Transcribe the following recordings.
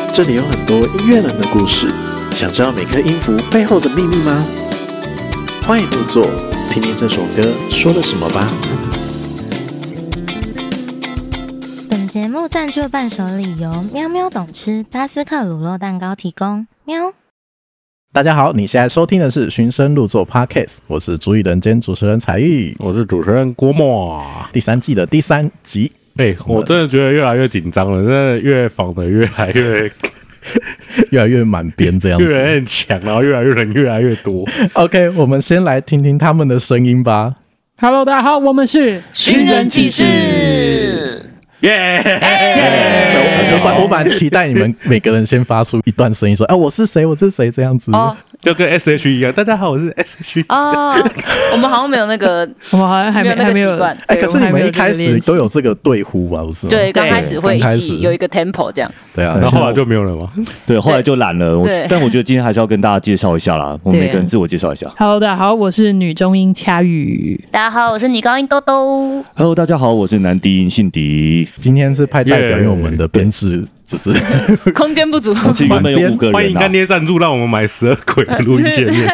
这里有很多音乐人的故事，想知道每颗音符背后的秘密吗？欢迎入座，听听这首歌说了什么吧。 本节目赞助伴手礼由喵喵懂吃巴斯克乳酪蛋糕提供。喵。 大家好，你现在收听的是寻声入座 Podcast， 我是主语人兼主持人彩玉， 我是主持人郭沫。 第3季的第3集。 我真的觉得越来越紧张了，真的越仿的越来越满编这样子， 越来越强，然后人越来越多。 OK， 我们先来听听他们的声音吧。 Hello， 大家好，我们是寻人启事。 耶！ 我本来期待你们每个人先发出一段声音，说：“啊，我是谁？我是谁？”这样子， 就跟 SH 一样。大家好，我是 SH。 我们好像没有那个， 我们好像还没有习惯。 可是你们一开始都有这个对呼吧？不是吗？ 对，刚开始会一起有一个 tempo 这样。 对啊， 然后后来就没有了吗？ 对，后来就懒了。但我觉得今天还是要跟大家介绍一下啦，我们每个人自我介绍一下。 Hello， 大家好，我是女中音恰雨。 大家好，我是女高音豆豆。 Hello， 大家好，我是男低音信迪。 今天是派代表，因为我们的编制就是空间不足， 其实原本有5个人。 欢迎干爹赞助，让我们买12轨的录音界面。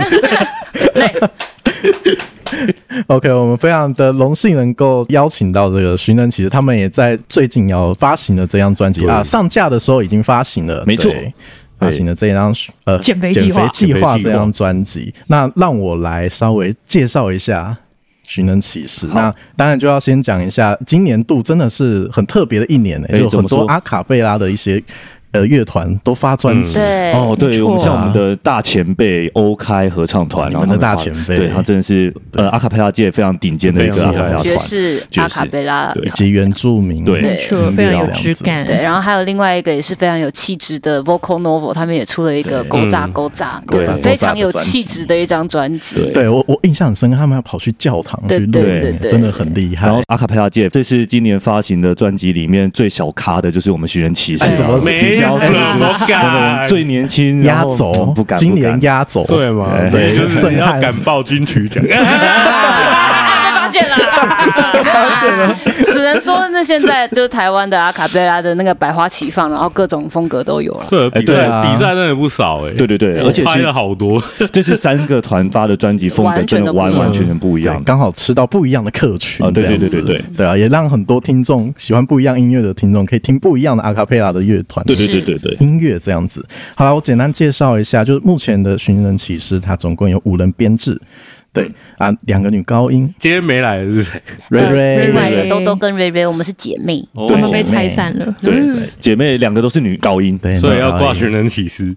OK， 我们非常的荣幸能够邀请到这个寻人启事，他们也在最近要发行的这张专辑上架的时候已经发行了， 没错。 发行的这张减肥计划这张专辑，那让我来稍微介绍一下寻人启事。那当然就要先讲一下，今年度真的是很特别的一年，就很多阿卡贝拉的一些乐团都发专辑。 对，我们像我们的大前辈欧开合唱团， 你们的大前辈， 对，他真的是阿卡贝拉界非常顶尖的一个阿卡贝拉团， 爵士阿卡贝拉以及原住民， 对， 没错，非常有质感。 对，然后还有另外一个也是非常有气质的 Vocal Novel， 他们也出了一个勾扎，非常有气质的一张专辑。 对，我印象很深刻，他们要跑去教堂去录，真的很厉害。 然后阿卡贝拉界，这是今年发行的专辑里面最小咖的，就是我们寻人启事。 我们最年轻压轴，今年压轴， 对吗？对，就是要敢报金曲奖。 发现了，只能说那现在就是台湾的阿卡贝拉的那个百花齐放，然后各种风格都有了。 对，比赛真的不少对，而且拍了好多。 这是3个团发的专辑，风格真的完全不一样， 刚好吃到不一样的客群。 对啊，也让很多听众喜欢不一样音乐的听众可以听不一样的阿卡贝拉的乐团。 对， 音乐这样子。好了，我简单介绍一下，就是目前的寻人启事，它总共有5人编制。对啊，2个女高音。 今天没来的是谁？ 瑞瑞， 另外一个豆豆跟瑞瑞，我们是姐妹， 我们被拆散了。 对，姐妹2个都是女高音， 所以要挂寻人启事。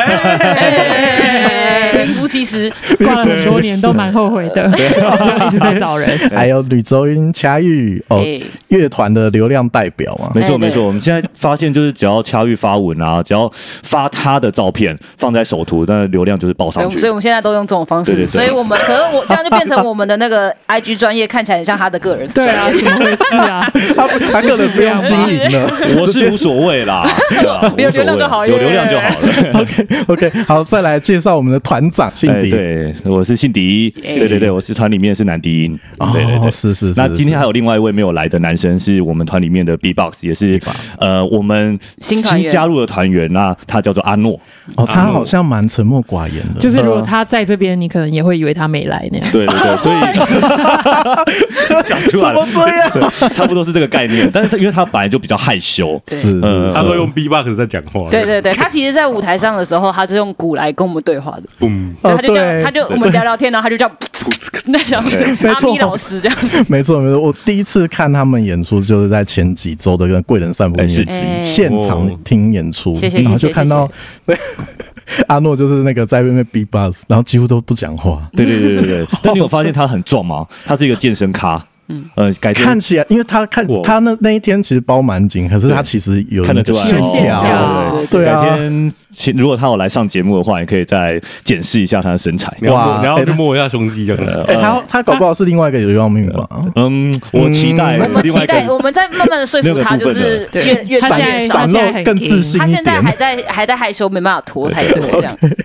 名副其实， 挂了很多年都蛮后悔的，一直在找人。 还有女中音恰玉乐团的流量代表嘛。 没错。我们现在发现就是只要恰玉发文啊，只要发他的照片放在首图，那流量就是爆上去。 所以我们现在都用这种方式。所以我们我这样就变成我们的那个 IG 专业看起来很像他的个人。 对啊，怎么回事啊？ 他个人不用经营了， 我是无所谓啦， 有流量就好， 有流量就好了。 OK， 好，再来介绍我们的团长信迪。 对，我是信迪。对，我是团里面是男低音。对， 是。 那今天还有另外一位没有来的男生，是我们团里面的 B-box， 也是我们新加入的团员。那他叫做阿诺。 他好像蛮沉默寡言的。 就是如果他在这边，你可能也会以为他没来那样。 对，所以讲出来了， 怎么这样？ 差不多是这个概念。但是因为他本来就比较害羞， 是他都用 B-box 在讲话。 对，他其实在舞台上的时候，他是用鼓来跟我们对话的。他就这样，我们聊天，然后他就这样，那像阿咪老师这样。 没错。我第一次看他们演出，就是在前几周的贵人散步音乐季现场听演出，然后就看到阿诺就是那个在那边 B-box， 然后几乎都不讲话。 对。但你有发现他很壮吗？他是一个健身咖。 看起来，因为他那一天其实包蛮紧，可是他其实有看得出来线条。 对啊，改天如果他有来上节目的话，也可以再检视一下他的身材。 哇，然后就摸一下胸肌就可以了。 他搞不好是另外一个流浪命吧？ 我期待， 我们在慢慢的说服他，就是越展露更自信一点。 他现在还在害羞，没办法拖太多这样。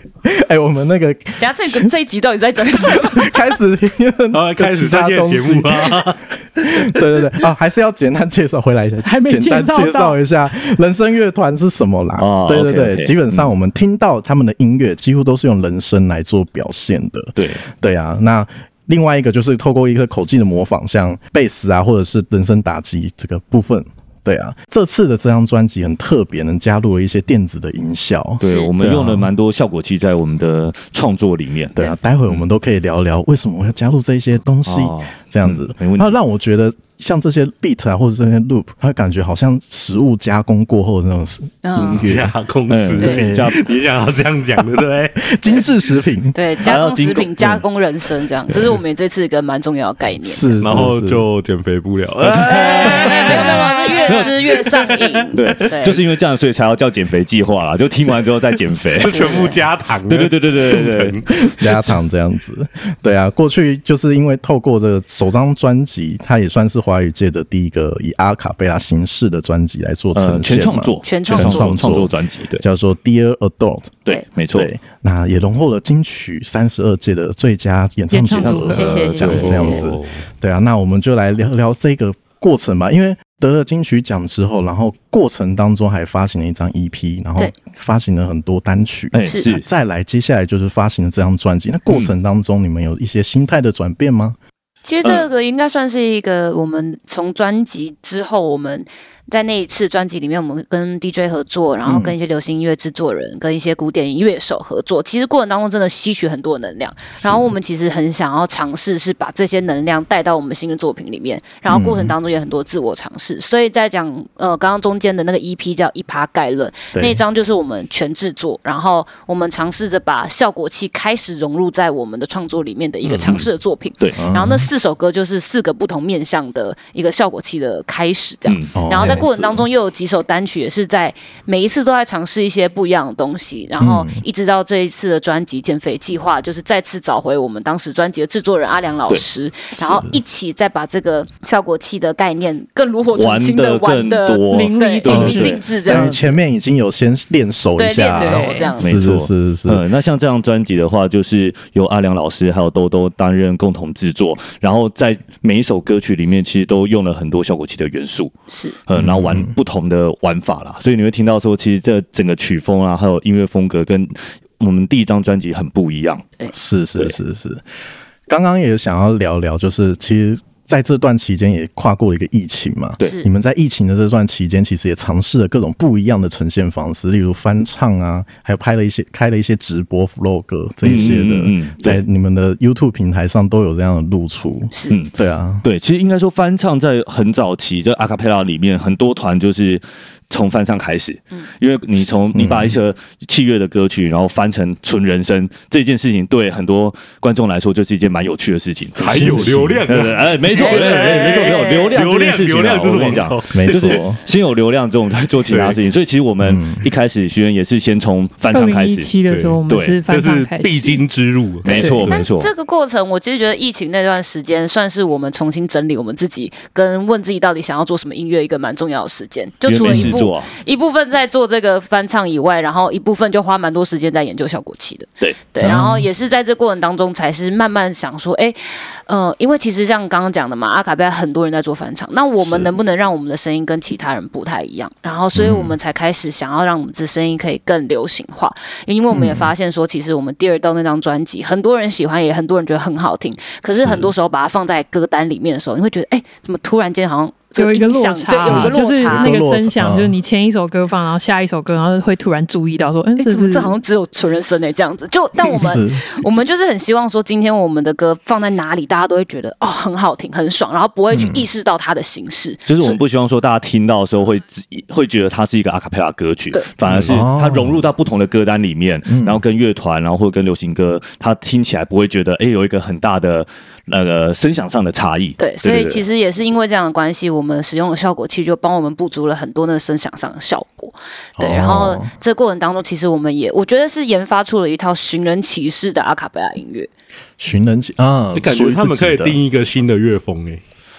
我们那个等下这一集到底在讲什么？ 开始开始商业节目啊。 对还是要简单介绍回来一下， 还没简单介绍一下人声乐团是什么啦。对，基本上我们听到他们的音乐几乎都是用人声来做表现的。对啊，那另外一个就是透过一个口技的模仿，像贝斯啊，或者是人声打击这个部分。对啊，这次的这张专辑很特别，能加入了一些电子的音效。 对，我们用了蛮多效果器在我们的创作里面。 对啊，待会我们都可以聊聊为什么我要加入这些东西，这样子。 没问题。 那让我觉得像这些 beat 啊，或者这些 loop， 它感觉好像食物加工过后的那种音乐。 加工食品，你想要这样讲对不对？ 精致食品， 对，加工食品、加工人参这样，这是我们这次一个蛮重要的概念。 是， 然后就减肥不了。 没有，是越吃越上瘾。 对，就是因为这样，所以才要叫减肥计划啦。就听完之后再减肥， 就全部加糖。 对， 加糖这样子。对啊，过去就是因为透过这个首张专辑，它也算是华语界的第一个以阿卡贝拉形式的专辑来做呈现嘛， 全创作专辑，对， 叫做 Dear Adult， 对，没错。 那也荣获了金曲32届的最佳演唱组合奖这样子。对啊，那我们就来聊聊这个过程吧，因为得了金曲奖之后，然后过程当中还发行了一张 EP， 然后发行了很多单曲， 是再来接下来就是发行了这张专辑。那过程当中你们有一些心态的转变吗？ 其实这个应该算是一个我们从专辑之后，我们在那一次专辑里面，我们跟 DJ 合作，然后跟一些流行音乐制作人、跟一些古典乐手合作。其实过程当中真的吸取很多能量，然后我们其实很想要尝试是把这些能量带到我们新的作品里面，然后过程当中也很多自我尝试。所以在讲刚刚中间的那个 EP 叫一趴概论，那一张就是我们全制作，然后我们尝试着把效果器开始融入在我们的创作里面的一个尝试的作品。 对， 然后那4首歌就是4个不同面向的一个效果器的开始，这样。然后在过程当中又有几首单曲也是在每一次都在尝试一些不一样的东西，然后一直到这一次的专辑减肥计划，就是再次找回我们当时专辑的制作人阿良老师，然后一起再把这个效果器的概念更炉火纯青的玩的淋漓尽致这样。 前面已经有先练熟一下， 练熟这样。 没错， 是。 那像这张专辑的话，就是由阿良老师还有兜兜担任共同制作，然后在每一首歌曲里面其实都用了很多效果器的元素， 是， 然后玩不同的玩法啦，所以你会听到说，其实这整个曲风啊，还有音乐风格跟我们第一张专辑很不一样。 是。刚刚也想要聊聊，就是其实在这段期间也跨过一个疫情嘛， 对， 你们在疫情的这段期间，其实也尝试了各种不一样的呈现方式，例如翻唱啊，还有开了一些直播 vlog 这一些的，在你们的 YouTube 平台上都有这样的露出。 是， 对啊， 对，其实应该说翻唱在很早期，这阿卡贝拉里面很多团就是从翻唱开始，因为你把一些器乐的歌曲，然后翻成纯人声这件事情，对很多观众来说就是一件蛮有趣的事情， 才有流量。 没错，流量这件事情， 流量就是我跟你讲， 没错， 先有流量之后，我们再做其他事情。所以其实我们一开始学员也是先从翻唱开始。 2017的时候，我们是翻唱开始， 必经之路。 没错。 这个过程，我其实觉得疫情那段时间，算是我们重新整理我们自己，跟问自己到底想要做什么音乐一个蛮重要的时间。就除了一部分在做这个翻唱以外，然后一部分就花蛮多时间在研究效果器的。对，然后也是在这过程当中，才是慢慢想说，因为其实像刚刚讲的嘛，阿卡贝拉很多人在做翻唱，那我们能不能让我们的声音跟其他人不太一样？然后，所以我们才开始想要让我们的声音可以更流行化，因为我们也发现说，其实我们第2道那张专辑，很多人喜欢，也很多人觉得很好听，可是很多时候把它放在歌单里面的时候，你会觉得，怎么突然间好像有一个落差， 有一个落差， 就是那个声响，就是你前一首歌放，然后下一首歌，然后会突然注意到说， 怎么这好像只有纯人声这样子？但我们就是很希望说，今天我们的歌放在哪里，大家都会觉得很好听、很爽，然后不会去意识到它的形式。 就是我们不希望说大家听到的时候会觉得它是一个阿卡贝拉歌曲，反而是它融入到不同的歌单里面，然后跟乐团，然后或者跟流行歌，它听起来不会觉得有一个很大的那个声响上的差异。 对，所以其实也是因为这样的关系，我们使用的效果器就帮我们补足了很多那个声响上的效果。对，然后这过程当中，其实我觉得是研发出了一套寻人启事的阿卡贝拉音乐。 寻人启啊， 感觉他们可以定一个新的乐风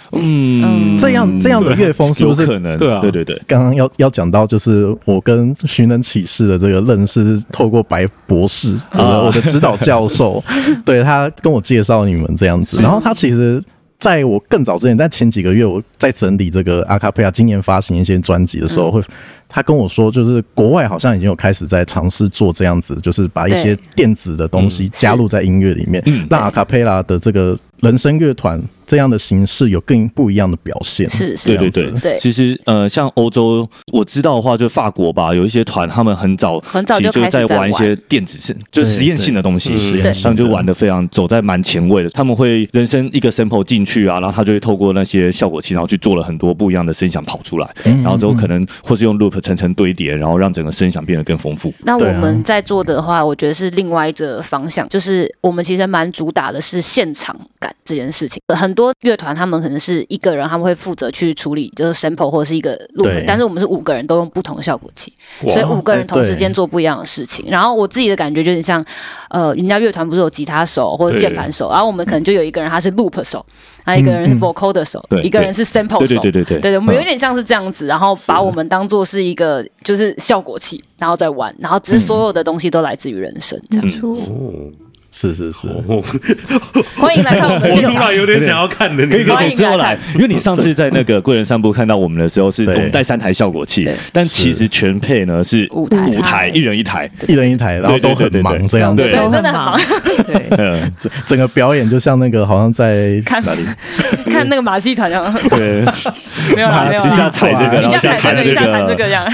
这样的乐风是不是有可能？ 对啊， 对。 刚刚要讲到，就是我跟寻人启事的这个认识是透过白博士，我的指导教授，对他跟我介绍你们这样子，然后他其实。在我更早之前，在前几个月，我在整理这个阿卡贝拉今年发行一些专辑的时候，他跟我说，就是国外好像已经有开始在尝试做这样子，就是把一些电子的东西加入在音乐里面，让阿卡贝拉的这个人声乐团这样的形式有更不一样的表现。 是， 对。其实像欧洲我知道的话，就法国吧，有一些团他们很早就在玩一些电子就实验性的东西，他们就玩的非常走在蛮前卫的。他们会人声一个 sample 进去啊，然后他就会透过那些效果器，然后去做了很多不一样的声响跑出来，然后之后可能或是用 loop 层堆叠，然后让整个声响变得更丰富。 那我们在做的话，我觉得是另外一个方向，就是我们其实蛮主打的是现场感这件事情。很多乐团他们可能是一个人，他们会负责去处理就是 sample 或者是一个 loop， 但是我们是5个人都用不同的效果器，所以5个人同时间做不一样的事情。然后我自己的感觉就是像人家乐团不是有吉他手或者键盘手，然后我们可能就有一个人他是 loop 手，还有一个人是 vocal 的手，一个人是 sample 手，对，我们有点像是这样子，然后把我们当作是一个就是效果器，然后再玩，然后只是所有的东西都来自于人声，这样。 是， 欢迎来看我们现场。 我突然有点想要看的， 可以之后来，因为你上次在那个贵人散步看到我们的时候，是我们带3台效果器，但其实全配呢是5台，一人一台， 然后都很忙这样子， 对，真的很忙。 对， 整个表演就像那个好像在哪里看那个马戏团一样， 对， 没有啦， 一下踩这个， 一下弹这个样。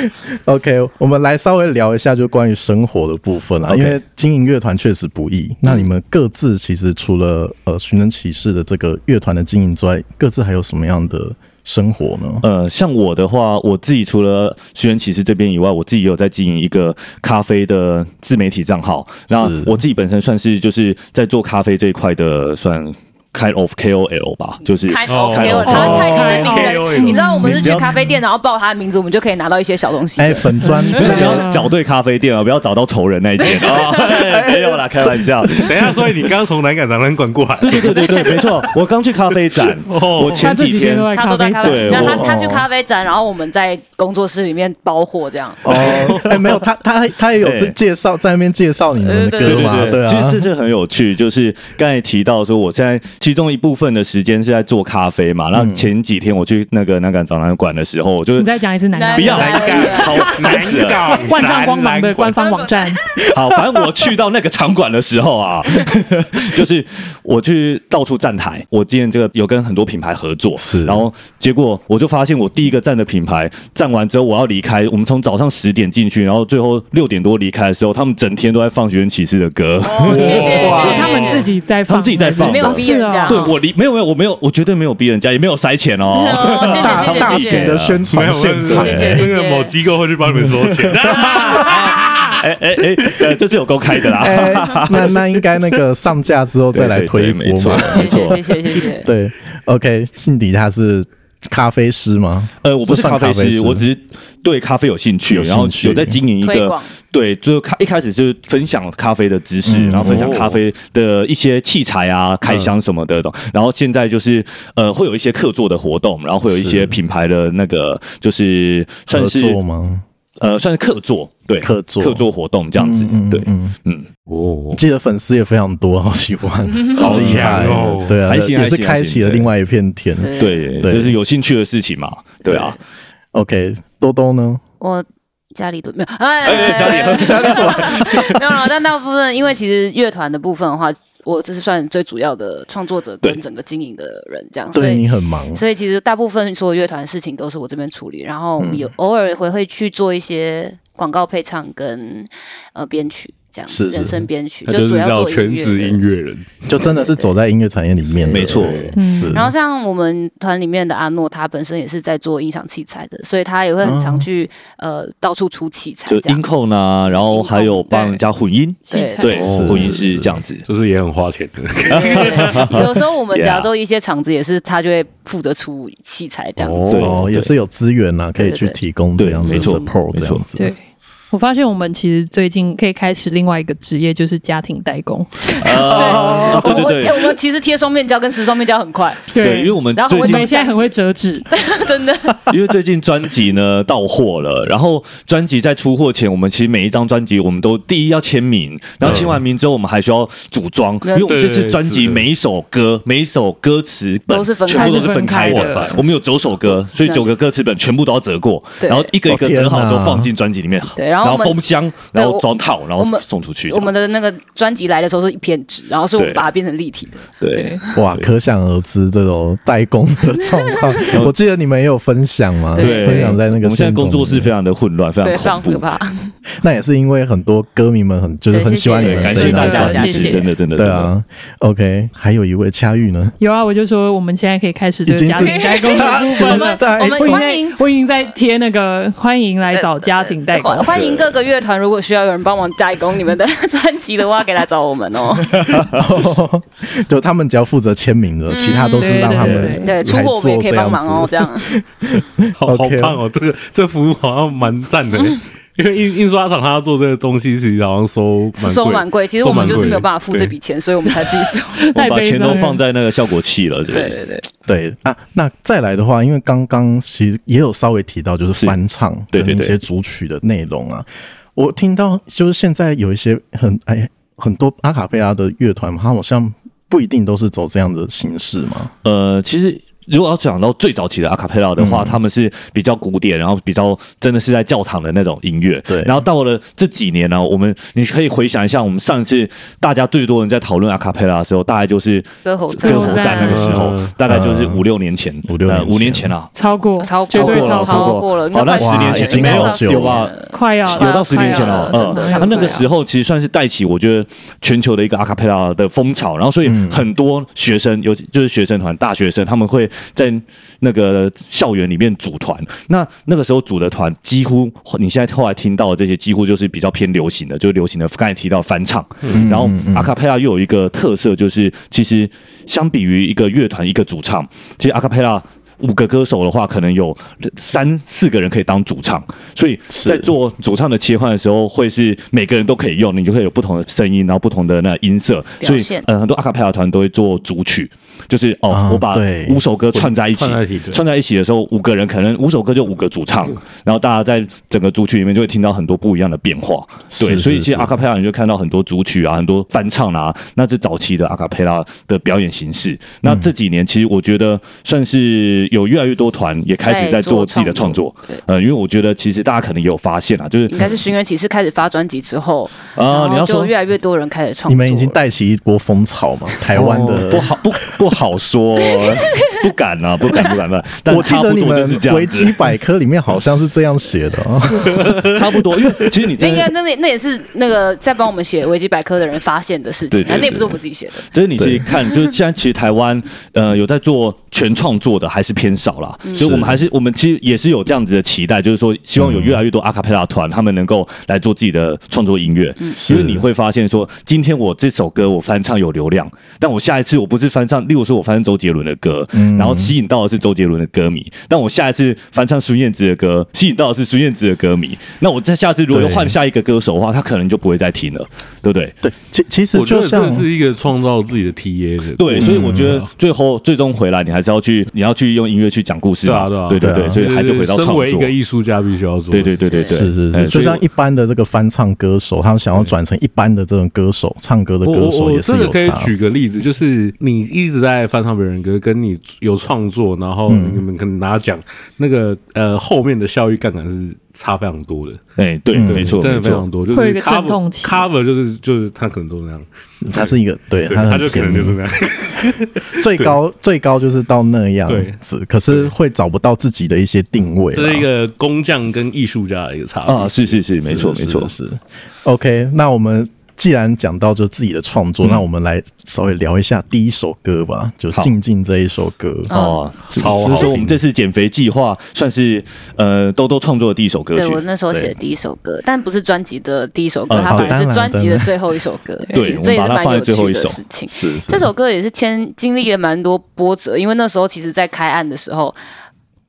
OK， 我们来稍微聊一下就关于生活的部分啦，因为经营乐团确实不易。那你们各自其实除了寻人启事的这个乐团的经营之外，各自还有什么样的生活呢？ 像我的话，我自己除了寻人启事这边以外，我自己也有在经营一个咖啡的自媒体账号。那我自己本身算是就是在做咖啡这一块的算。kind of KOL 吧，就是 kind of KOL， 他已经是名人。你知道我们是去咖啡店，然后报他的名字，我们就可以拿到一些小东西。 粉专不要找对咖啡店啊，不要找到仇人那一间没有啦，开玩笑。 等一下，所以你刚从南港展览馆过来？ 对，没错，我刚去咖啡展，我前几天他都在咖啡，然后他去咖啡展，然后我们在工作室里面包货这样。 没有，他也有介绍在那边介绍你们的歌嘛？对啊， 其实这很有趣，就是刚才提到说我现在。其中一部分的时间是在做咖啡嘛，然后前几天我去那个南港展览馆的时候，我就你再讲一次南港， 不要南港万丈光芒的官方网站。 好，反正我去到那个场馆的时候啊，就是我去到处站台，我今天这个有跟很多品牌合作，然后结果我就发现我第一个站的品牌站完之后我要离开，我们从早上10点进去，然后最后6点多离开的时候，他们整天都在放寻人启事的歌。 谢谢， 是他们自己在放， 他们自己在放， 没有逼人家。 对我没有，我绝对没有逼人家，也没有塞钱哦。 大型的宣传现场， 那个某机构会去帮你们收钱。 这是有公开的啦。 那应该那个上架之后再来推播嘛？ 没错，谢谢。 对 ，OK， 信迪他是咖啡师吗？ 我不是咖啡师，我只是对咖啡有兴趣，然后有在经营一个。对，就一开始就是分享咖啡的知识，然后分享咖啡的一些器材啊、开箱什么的。然后现在就是会有一些客座的活动，然后会有一些品牌的那个就是算是合作吗？ 算是客座，对，客座活动这样子，对， 记得粉丝也非常多，好喜欢，好厉害哦，对啊，也是开启了另外一片天， 对，就是有兴趣的事情嘛，对啊。 OK， 多多呢？ 我家里都没有， 家里什么没有了。但大部分，因为其实乐团的部分的话，我这是算最主要的创作者跟整个经营的人，这样。 对，你很忙， 所以其实大部分所有乐团的事情都是我这边处理，然后有偶尔会去做一些广告配唱跟编曲。 是人声编曲， 就主要做全职音乐人， 就真的是走在音乐产业里面， 没错。 是。 然后像我们团里面的阿诺，他本身也是在做音响器材的，所以他也会很常去到处出器材， 就音控啊，然后还有帮人家混音，对，混音是这样子， 就是也很花钱的。 有时候我们假如说一些场子也是他就会负责出器材这样子， 也是有资源啊，可以去提供这样的 support 这样子。 对。 我发现我们其实最近可以开始另外一个职业，就是家庭代工。 对， 我们其实贴双面胶跟撕双面胶很快。 对，因为我们最近现在很会折纸， 真的。 因为最近专辑呢到货了，然后专辑在出货前，我们其实每一张专辑我们都第一要签名，然后签完名之后，我们还需要组装，因为我们这次专辑每一首歌词本全部都是分开的。我们有9首歌，所以9个歌词本全部都要折过，然后一个一个折好之后放进专辑里面，然后封箱，然后装套，然后送出去。 我们的那个专辑来的时候是一片纸，然后是我们把它变成立体的。 对， 哇，可想而知这种代工的状况。我记得你们也有分享嘛，分享在那个。 我们现在工作室非常的混乱，非常恐怖。 那也是因为很多歌迷们很喜欢你们， 感谢大家支持，真的。 对啊 ，OK， 还有一位恰玉呢？ 有啊，我就说我们现在可以开始这个家庭代工的部分了。 我们欢迎， 我已经在贴那个欢迎来找家庭代工， 欢迎各个乐团，如果需要有人帮忙代工你们的专辑的话，可以来找我们哦。 就他们只要负责签名的，其他都是让他们对出货我们也可以帮忙哦，这样。 好棒哦，这服务好像蛮赞的。因为印刷厂他要做这个东西，其实好像收蛮贵。 其实我们就是没有办法付这笔钱，所以我们才自己做。 我们把钱都放在那个效果器了。 对啊。那再来的话，因为刚刚其实也有稍微提到，就是翻唱跟一些主曲的内容啊。我听到就是现在有一些很多阿卡贝拉的乐团，它好像不一定都是走这样的形式嘛。 其实。如果要讲到最早期的阿卡贝拉的话，他们是比较古典，然后比较真的是在教堂的那种音乐。 对。 然后到了这几年呢，你可以回想一下，我们上一次大家最多人在讨论阿卡贝拉的时候，大概就是歌喉战那个时候，大概就是5-6年前，5年前啊， 超过了。 好，那10年前没有吧？ 快要有到10年前了。那个时候其实算是带起我觉得全球的一个阿卡贝拉的风潮，然后所以很多学生，尤其就是学生团、大学生，他们会在那个校园里面组团，那个时候组的团，几乎你现在后来听到的这些，几乎就是比较偏流行的，就是流行的刚才提到翻唱。然后阿卡贝拉又有一个特色，就是其实相比于一个乐团一个主唱，其实阿卡贝拉5个歌手的话，可能有3-4个人可以当主唱，所以在做主唱的切换的时候，会是每个人都可以用，你就可以有不同的声音，然后不同的那音色。所以很多阿卡贝拉团都会做主曲，就是我把5首歌串在一起的时候，5个人可能5首歌就5个主唱，然后大家在整个主曲里面就会听到很多不一样的变化。对，所以其实阿卡贝拉你就看到很多主曲啊，很多翻唱啊，那是早期的阿卡贝拉的表演形式。那这几年其实我觉得算是有越来越多团也开始在做自己的创作。因为我觉得其实大家可能也有发现啊，就是应该是寻人启事开始发专辑之后你要说越来越多人开始创作， 你们已经带起一波风潮嘛？台湾的不好说，不敢。但我记得你们维基百科里面好像是这样写的啊， 差不多。因为其实你应该那也是那个在帮我们写维基百科的人发现的事情，那也不是我们自己写的。 就是你自己看，就是现在其实台湾有在做全创作的还是偏少啦，所以我们其实也是有这样子的期待，就是说希望有越来越多阿卡贝拉团他们能够来做自己的创作音乐。因为你会发现说，今天我这首歌我翻唱有流量，但我下一次我不是翻唱，例如说我翻唱周杰伦的歌，然后吸引到的是周杰伦的歌迷，但我下一次翻唱孙燕姿的歌，吸引到的是孙燕姿的歌迷，那我在下次如果换下一个歌手的话，他可能就不会再听了，对不对？ 对，其实就像这是一个创造自己的 TA 的。 对，所以我觉得最终回来，你还是你要去用音乐去讲故事嘛。对，所以还是回到创作。 身为一个艺术家，必须要做。 对， 是，就像一般的这个翻唱歌手，他们想要转成一般的这种歌手，唱歌的歌手也是有差。 我可以举个例子，就是你一直在翻唱别人歌，跟你有创作，然后你们可能拿奖，那个后面的效益杠杆是差非常多的。 对，没错， 真的非常多，就是会有一个阵痛期 cover 就是他可能都那样， 他是一个对， 他就可能就是那样。 最高就是到那样子，可是会找不到自己的一些定位， 这是一个工匠跟艺术家的一个差别啊，是，没错。 是 OK， 那我们既然讲到就自己的创作，那我们来稍微聊一下第一首歌吧，就《静静》这一首歌哦，超好。所以我们这次减肥计划算是兜创作的第一首歌曲。 对，我那时候写的第一首歌，但不是专辑的第一首歌，它本来是专辑的最后一首歌。 对， 这也是蛮有趣的事情。是这首歌也是经历了蛮多波折，因为那时候其实在开案的时候。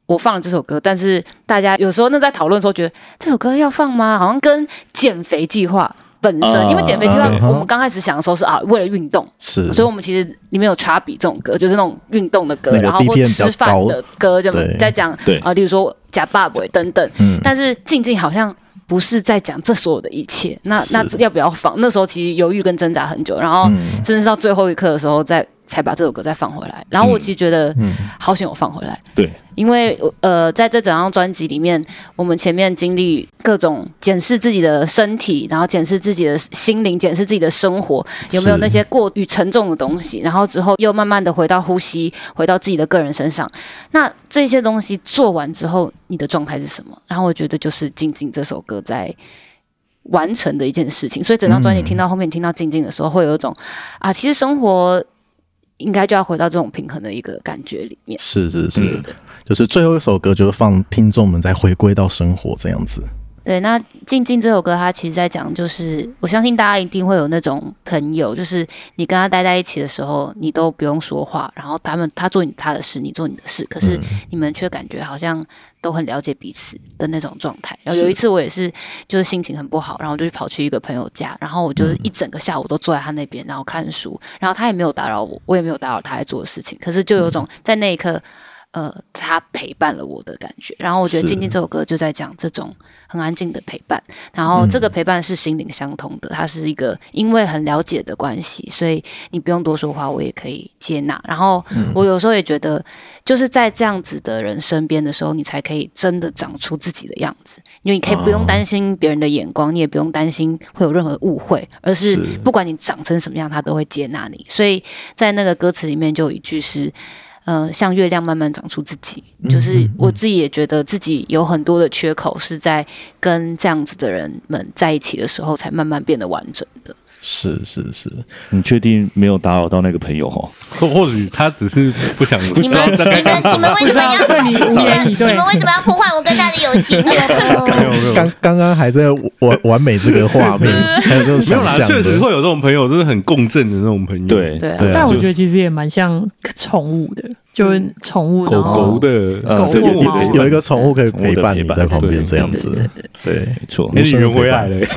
我放了这首歌，但是大家有时候在讨论的时候觉得这首歌要放吗？好像跟减肥计划本身，因为减肥计划我们刚开始想的时候是为了运动， 是， 所以我们其实里面有查比这种歌，就是那种运动的歌，然后或吃饭的歌，就在讲例如说假爸爸等等。但是静静好像不是在讲这所有的一切，那要不要放？那时候其实犹豫跟挣扎很久，然后真的是到最后一刻的时候才把这首歌再放回来。然后我其实觉得好险我放回来， 对， 因为在这整张专辑里面，我们前面经历各种检视自己的身体，然后检视自己的心灵，检视自己的生活有没有那些过于沉重的东西，然后之后又慢慢的回到呼吸，回到自己的个人身上。那这些东西做完之后，你的状态是什么？然后我觉得就是静静这首歌在完成的一件事情。所以整张专辑听到后面，听到静静的时候，会有一种其实生活应该就要回到这种平衡的一个感觉里面。 是，就是最后一首歌就是放听众们再回归到生活这样子。 对，那静静这首歌它其实在讲，就是我相信大家一定会有那种朋友，就是你跟他待在一起的时候，你都不用说话，然后他做他的事，你做你的事，可是你们却感觉好像都很了解彼此的那种状态。然后有一次我也是就是心情很不好，然后我就跑去一个朋友家，然后我就是一整个下午都坐在他那边，然后看书，然后他也没有打扰我，我也没有打扰他在做的事情，可是就有种在那一刻他陪伴了我的感觉。然后我觉得静静这首歌就在讲这种很安静的陪伴，然后这个陪伴是心灵相通的，它是一个因为很了解的关系，所以你不用多说话，我也可以接纳。然后我有时候也觉得就是在这样子的人身边的时候，你才可以真的长出自己的样子，因为你可以不用担心别人的眼光，你也不用担心会有任何误会，而是不管你长成什么样，他都会接纳你。所以在那个歌词里面就有一句是像月亮慢慢长出自己，就是我自己也觉得自己有很多的缺口是在跟这样子的人们在一起的时候才慢慢变得完整的。 是， 你确定没有打扰到那个朋友齁？ 或许他只是不想你们为什么要对你无言以对？ 你们为什么要破坏我跟他的友情？ 刚刚还在完美这个画面，还有这种想象的， 确实会有这种朋友，就是很共振的那种朋友。 对， 但我觉得其实也蛮像宠物的，就是宠物狗狗的狗或猫有一个宠物可以陪伴你在旁边这样子。对，没错， 你圆回来了，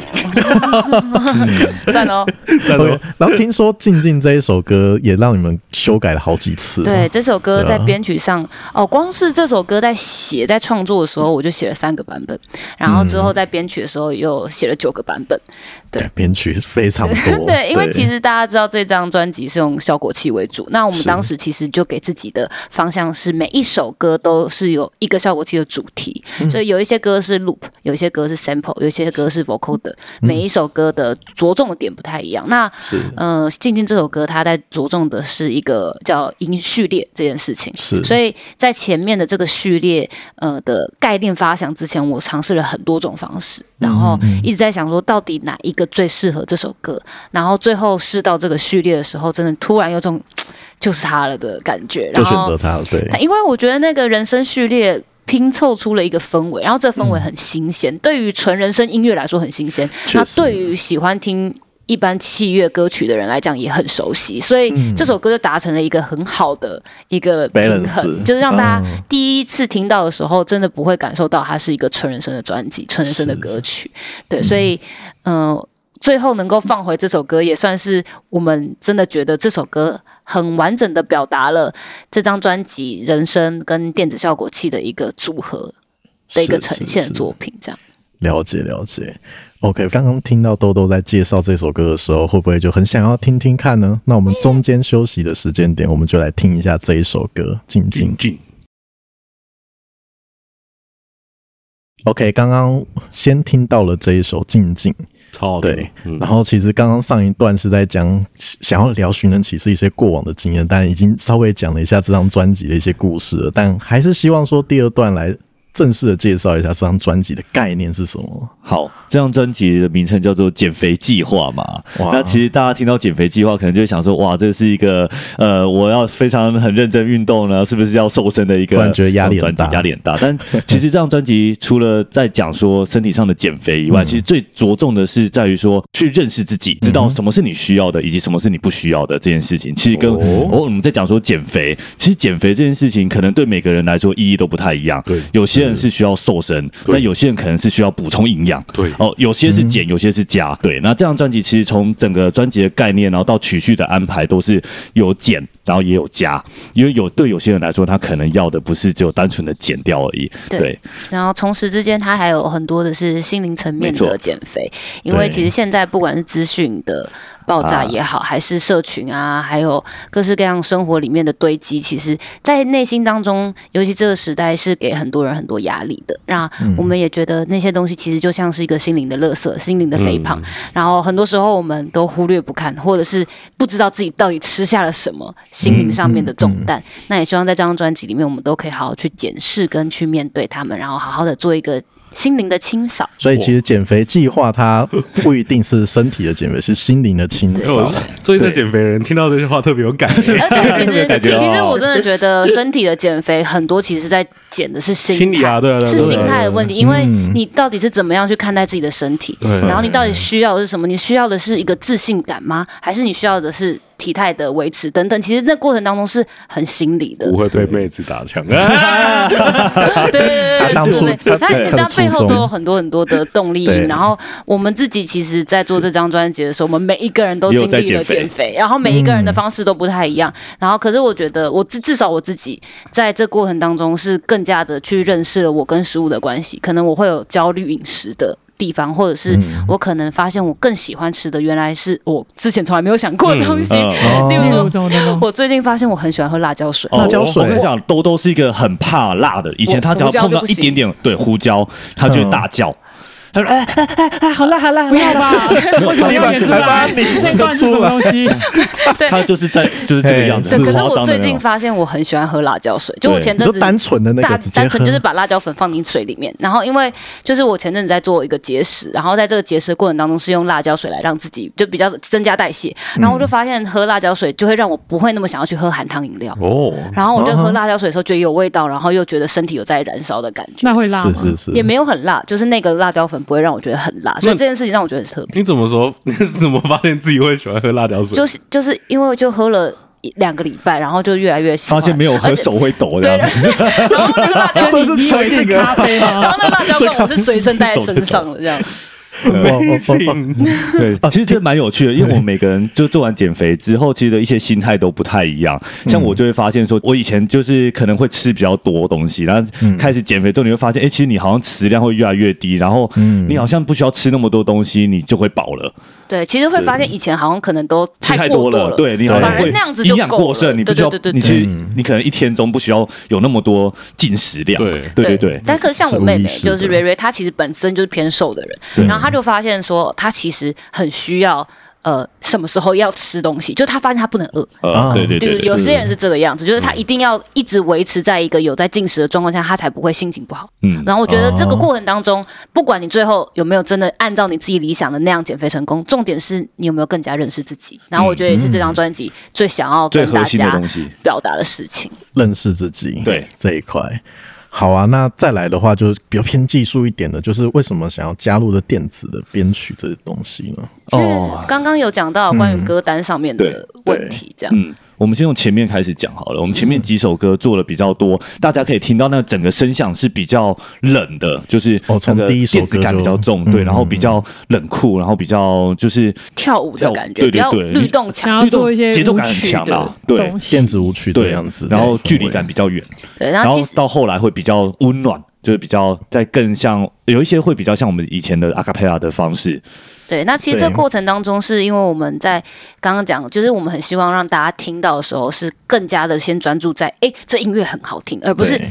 赞哦。 然后听说静静这一首歌也让你们修改了好几次。 对，这首歌在编曲上光是这首歌在创作的时候，我就写了3个版本，然后之后在编曲的时候又写了9个版本。对， 编曲非常多。 对，因为其实大家知道这张专辑是用效果器为主，那我们当时其实就给自己的方向是每一首歌都是有一个效果器的主题，所以有一些歌是 loop， 有一些歌是 sample， 有一些歌是 vocoder， 每一首歌的着重的点不太一样。那静静这首歌它在着重的是一个叫音序列这件事情，所以在前面的这个序列的概念发想之前，我尝试了很多种方式，然后一直在想说到底哪一个最适合这首歌，然后最后试到这个序列的时候，真的突然有种就是它了的感觉， 就选择它了。对， 因为我觉得那个人生序列拼凑出了一个氛围，然后这氛围很新鲜，对于纯人声音乐来说很新鲜，那对于喜欢听一般器乐歌曲的人来讲也很熟悉，所以这首歌就达成了一个很好的一个平衡，就是让大家第一次听到的时候，真的不会感受到它是一个纯人声的专辑、纯人声的歌曲。对，所以最后能够放回这首歌，也算是我们真的觉得这首歌很完整的表达了这张专辑人声跟电子效果器的一个组合的一个呈现作品。这样了解。OK， 刚刚听到豆豆在介绍这首歌的时候，会不会就很想要听听看呢？那我们中间休息的时间点，我们就来听一下这一首歌《静静》。OK， 刚刚先听到了这一首《静静》。对，然后其实刚刚上一段是在讲想要聊寻人启事一些过往的经验，但已经稍微讲了一下这张专辑的一些故事了，但还是希望说第二段来正式的介绍一下这张专辑的概念是什么？ 好，这张专辑的名称叫做减肥计划嘛。那其实大家听到减肥计划可能就会想说，哇，这是一个我要非常很认真运动呢，是不是要瘦身的一个？ 突然觉得压力很大， 压力很大。但其实这张专辑除了在讲说身体上的减肥以外，其实最着重的是在于说去认识自己，知道什么是你需要的，以及什么是你不需要的这件事情。其实跟我们在讲说减肥，其实减肥这件事情可能对每个人来说意义都不太一样。对，有些人是需要瘦身，但有些人可能是需要补充营养。对，有些是减，有些是加。对，那这张专辑其实从整个专辑的概念，然后到曲序的安排，都是有减，然后也有加。因为对有些人来说，他可能要的不是只有单纯的减掉而已。对， 然后同时之间，它还有很多的是心灵层面的减肥，因为其实现在不管是资讯的爆炸也好，还是社群啊，还有各式各样生活里面的堆积，其实在内心当中，尤其这个时代是给很多人很多压力的。那我们也觉得那些东西其实就像是一个心灵的垃圾，心灵的肥胖。然后很多时候我们都忽略不看，或者是不知道自己到底吃下了什么心灵上面的重担。那也希望在这张专辑里面，我们都可以好好去检视跟去面对他们，然后好好的做一个心灵的清扫。 所以其实减肥计划它不一定是身体的减肥，是心灵的清扫。 所以在减肥的人听到这句话特别有感觉。 而且其实我真的觉得身体的减肥很多其实在减的是心理啊，对，是心态的问题。因为你到底是怎么样去看待自己的身体，然后你到底需要的是什么？你需要的是一个自信感吗？还是你需要的是体态的维持等等？其实那过程当中是很心理的， 不会被妹子打枪。 对，他背后都有很多很多的动力。然后我们自己其实，在做这张专辑的时候，我们每一个人都经历了减肥，然后每一个人的方式都不太一样。然后，可是我觉得，至少我自己在这过程当中是更加的去认识了我跟食物的关系。可能我会有焦虑饮食的地方，或者是我可能发现我更喜欢吃的原来是我之前从来没有想过的东西。例如说，我最近发现我很喜欢喝辣椒水。 辣椒水， 我跟你讲，兜兜是一个很怕辣的，以前他只要碰到一点点胡椒，他就会大叫。他说：“好辣，好辣， 不要吧！为什么要演出来？那段是什么东西？” 他就是这个样子。 可是我最近发现我很喜欢喝辣椒水，就我前阵子单纯的那个， 单纯就是把辣椒粉放进水里面，然后因为就是我前阵子在做一个节食，然后在这个节食的过程当中是用辣椒水来让自己就比较增加代谢，然后我就发现喝辣椒水就会让我不会那么想要去喝含糖饮料哦，然后我就喝辣椒水的时候觉得有味道，然后又觉得身体有在燃烧的感觉。 那会辣吗？ 是， 也没有很辣，就是那个辣椒粉不会让我觉得很辣，所以这件事情让我觉得很特别。 你怎么说？你怎么发现自己会喜欢喝辣椒水？ 就是因为就喝了2个礼拜，然后就越来越喜欢， 发现没有喝手会抖这样。 然后那个辣椒这是成瘾咖啡吗？ 然后那个辣椒粉我是随身带在身上的这样。 对，其实这蛮有趣的，因为我们每个人就做完减肥之后，其实的一些心态都不太一样。像我就会发现说，我以前就是可能会吃比较多东西，然后开始减肥之后，你会发现，其实你好像食量会越来越低，然后你好像不需要吃那么多东西，你就会饱了。 对，其实会发现以前好像可能都太多了，对，你好像会营养过剩，你不需要，你可能一天中不需要有那么多进食量。对。 但可是像我妹妹，就是瑞瑞，她其实本身就是偏瘦的人，然后她就发现说，她其实很需要。什么时候要吃东西？就他发现他不能饿。 对， 有些人是这个样子，就是他一定要一直维持在一个有在进食的状况下，他才不会心情不好。然后我觉得这个过程当中，不管你最后有没有真的按照你自己理想的那样减肥成功，重点是你有没有更加认识自己。然后我觉得也是这张专辑最想要跟大家表达的事情， 认识自己。 对这一块。好啊，那再来的话，就是比较偏技术一点的，就是为什么想要加入的电子的编曲这些东西呢？ 刚刚有讲到关于歌单上面的问题，这样。 我们先从前面开始讲好了。我们前面几首歌做了比较多，大家可以听到那整个声响是比较冷的，就是从第一首歌电子感比较重，对，然后比较冷酷，然后比较就是跳舞的感觉，比较律动强， 想要做一些节奏感很强啦，对， 电子舞曲这样子， 然后距离感比较远， 对， 然后到后来会比较温暖，就是比较再更像有一些会比较像我们以前的阿卡贝拉的方式。 对，那其实这过程当中，是因为我们在刚刚讲，就是我们很希望让大家听到的时候，是更加的先专注在，这音乐很好听，而不是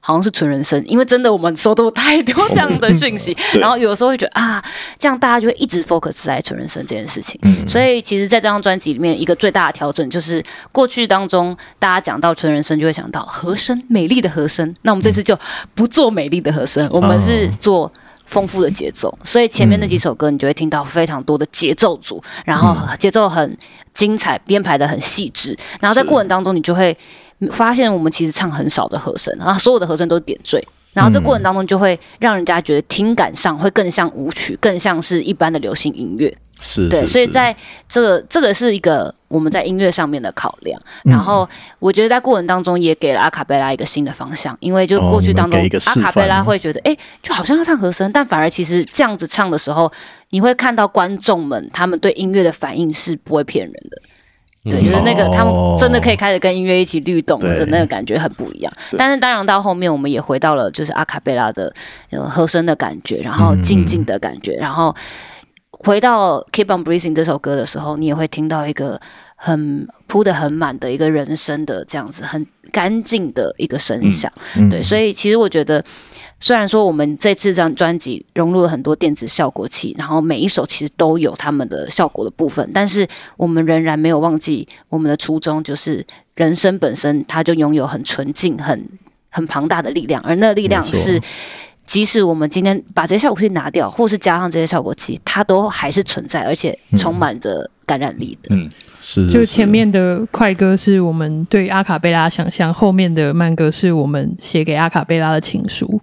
好像是纯人声，因为真的我们收到太多这样的讯息，然后有的时候会觉得啊，这样大家就会一直 focus 在纯人声这件事情。所以其实在这张专辑里面，一个最大的调整就是过去当中大家讲到纯人声就会想到和声，美丽的和声，那我们这次就不做美丽的和声，我们是做丰富的节奏，所以前面那几首歌你就会听到非常多的节奏组，然后节奏很精彩，编排的很细致，然后在过程当中你就会发现我们其实唱很少的和声，然后所有的和声都是点缀，然后这过程当中就会让人家觉得听感上会更像舞曲，更像是一般的流行音乐。对，所以在这个是一个我们在音乐上面的考量，然后我觉得在过程当中也给了阿卡贝拉一个新的方向，因为就过去当中阿卡贝拉会觉得就好像要唱和声，但反而其实这样子唱的时候，你会看到观众们他们对音乐的反应是不会骗人的。对，就是那个他们真的可以开始跟音乐一起律动的那个感觉很不一样。但是当然到后面我们也回到了就是阿卡贝拉的和声的感觉，然后静静的感觉，然后回到 Keep on Breathing 这首歌的时候，你也会听到一个很铺得很满的一个人声的这样子很干净的一个声响。对，所以其实我觉得虽然说我们这次这张专辑融入了很多电子效果器，然后每一首其实都有他们的效果的部分，但是我们仍然没有忘记我们的初衷，就是人声本身它就拥有很纯净很庞大的力量，而那力量是即使我们今天把这些效果器拿掉，或是加上这些效果器，它都还是存在，而且充满着感染力的。 是就前面的快歌是我们对阿卡贝拉想象，后面的慢歌是我们写给阿卡贝拉的情书。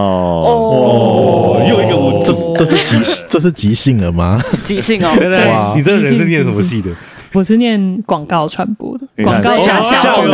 又一个这是即兴了吗？ 即兴哦！ 对，你这个人是念什么系的？ 我是念广告传播的，广告下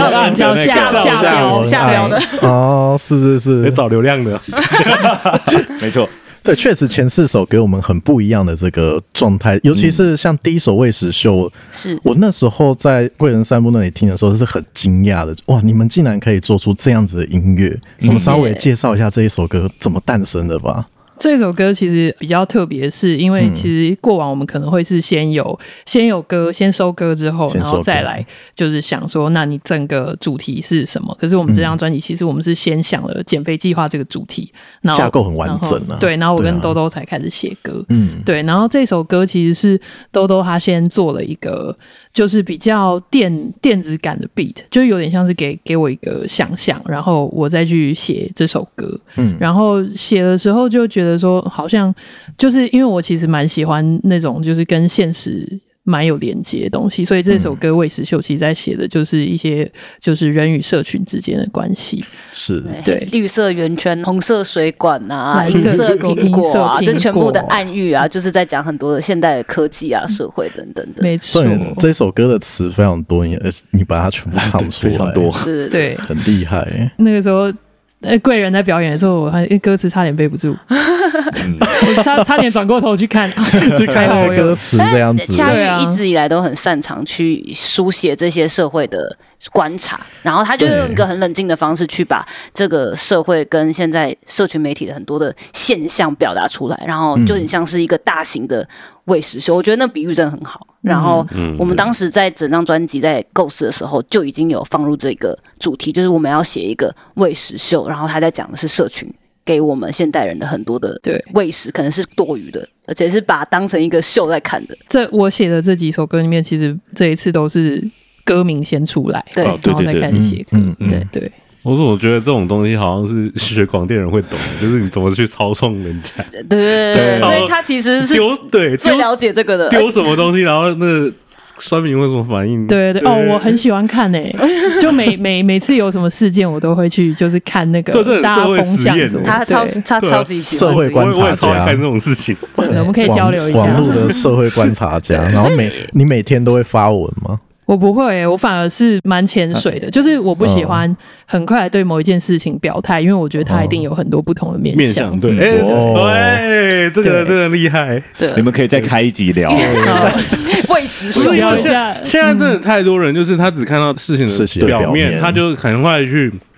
标的。 是找流量的， 没错。 对，确实前4首给我们很不一样的这个状态，尤其是像第一首《喂食秀》， 是我那时候在贵人散步那里听的时候是很惊讶的，哇，你们竟然可以做出这样子的音乐！我们稍微介绍一下这一首歌怎么诞生的吧。 这首歌其实比较特别，是因为其实过往我们可能会是先有歌，先收歌之后，然后再来就是想说，那你整个主题是什么？可是我们这张专辑其实我们是先想了减肥计划这个主题，然后架构很完整啊。 对，然后我跟兜兜才开始写歌。对，然后这首歌其实是兜兜他先做了一个就是比较电子感的 beat， 就有点像是给我一个想象，然后我再去写这首歌。然后写的时候就觉得说，好像就是因为我其实蛮喜欢那种就是跟现实蛮有连接的东西，所以这首歌《喂食秀》其实在写的就是一些就是人与社群之间的关系。 是， 对， 绿色圆圈、红色水管啊、银色苹果啊，这全部的暗喻啊，就是在讲很多的现代的科技啊、社会等等的。 没错， 这首歌的词非常多，你把它全部唱出来， 非常多， 对， 很厉害。 那个时候。贵人在表演的时候，我歌词差点背不住，我差点转过头去看那个歌词这样子。 恰玉一直以来都很擅长去书写这些社会的观察，然后他就用一个很冷静的方式去把这个社会跟现在社群媒体的很多的现象表达出来，然后就很像是一个大型的喂食秀。我觉得那比喻真的很好。然后我们当时在整张专辑在构思的时候，就已经有放入这个主题，就是我们要写一个喂食秀，然后他在讲的是社群给我们现代人的很多的喂食，可能是多余的，而且是把它当成一个秀在看的。 我写的这几首歌里面，其实这一次都是歌名先出来， 对， 然后再开始写歌，对。 我觉得这种东西好像是学广电人会懂的，就是你怎么去操纵人家。 对，所以他其实是最了解这个的。 丢什么东西，然后那个酸民会什么反应？ 对，我很喜欢看就每次有什么事件，我都会去就是看那个大家风向怎么。 他超级喜欢社会观察家， 我也超爱看这种事情。 我们可以交流一下网络的社会观察家。然后你每天都会发文吗？ 我不会我反而是蛮潜水的，就是我不喜欢很快对某一件事情表态，因为我觉得它一定有很多不同的面向。 对，这个厉害。 对， 你们可以再开一集聊。 喂食秀， 现在真的太多人，就是他只看到事情的表面，他就很快去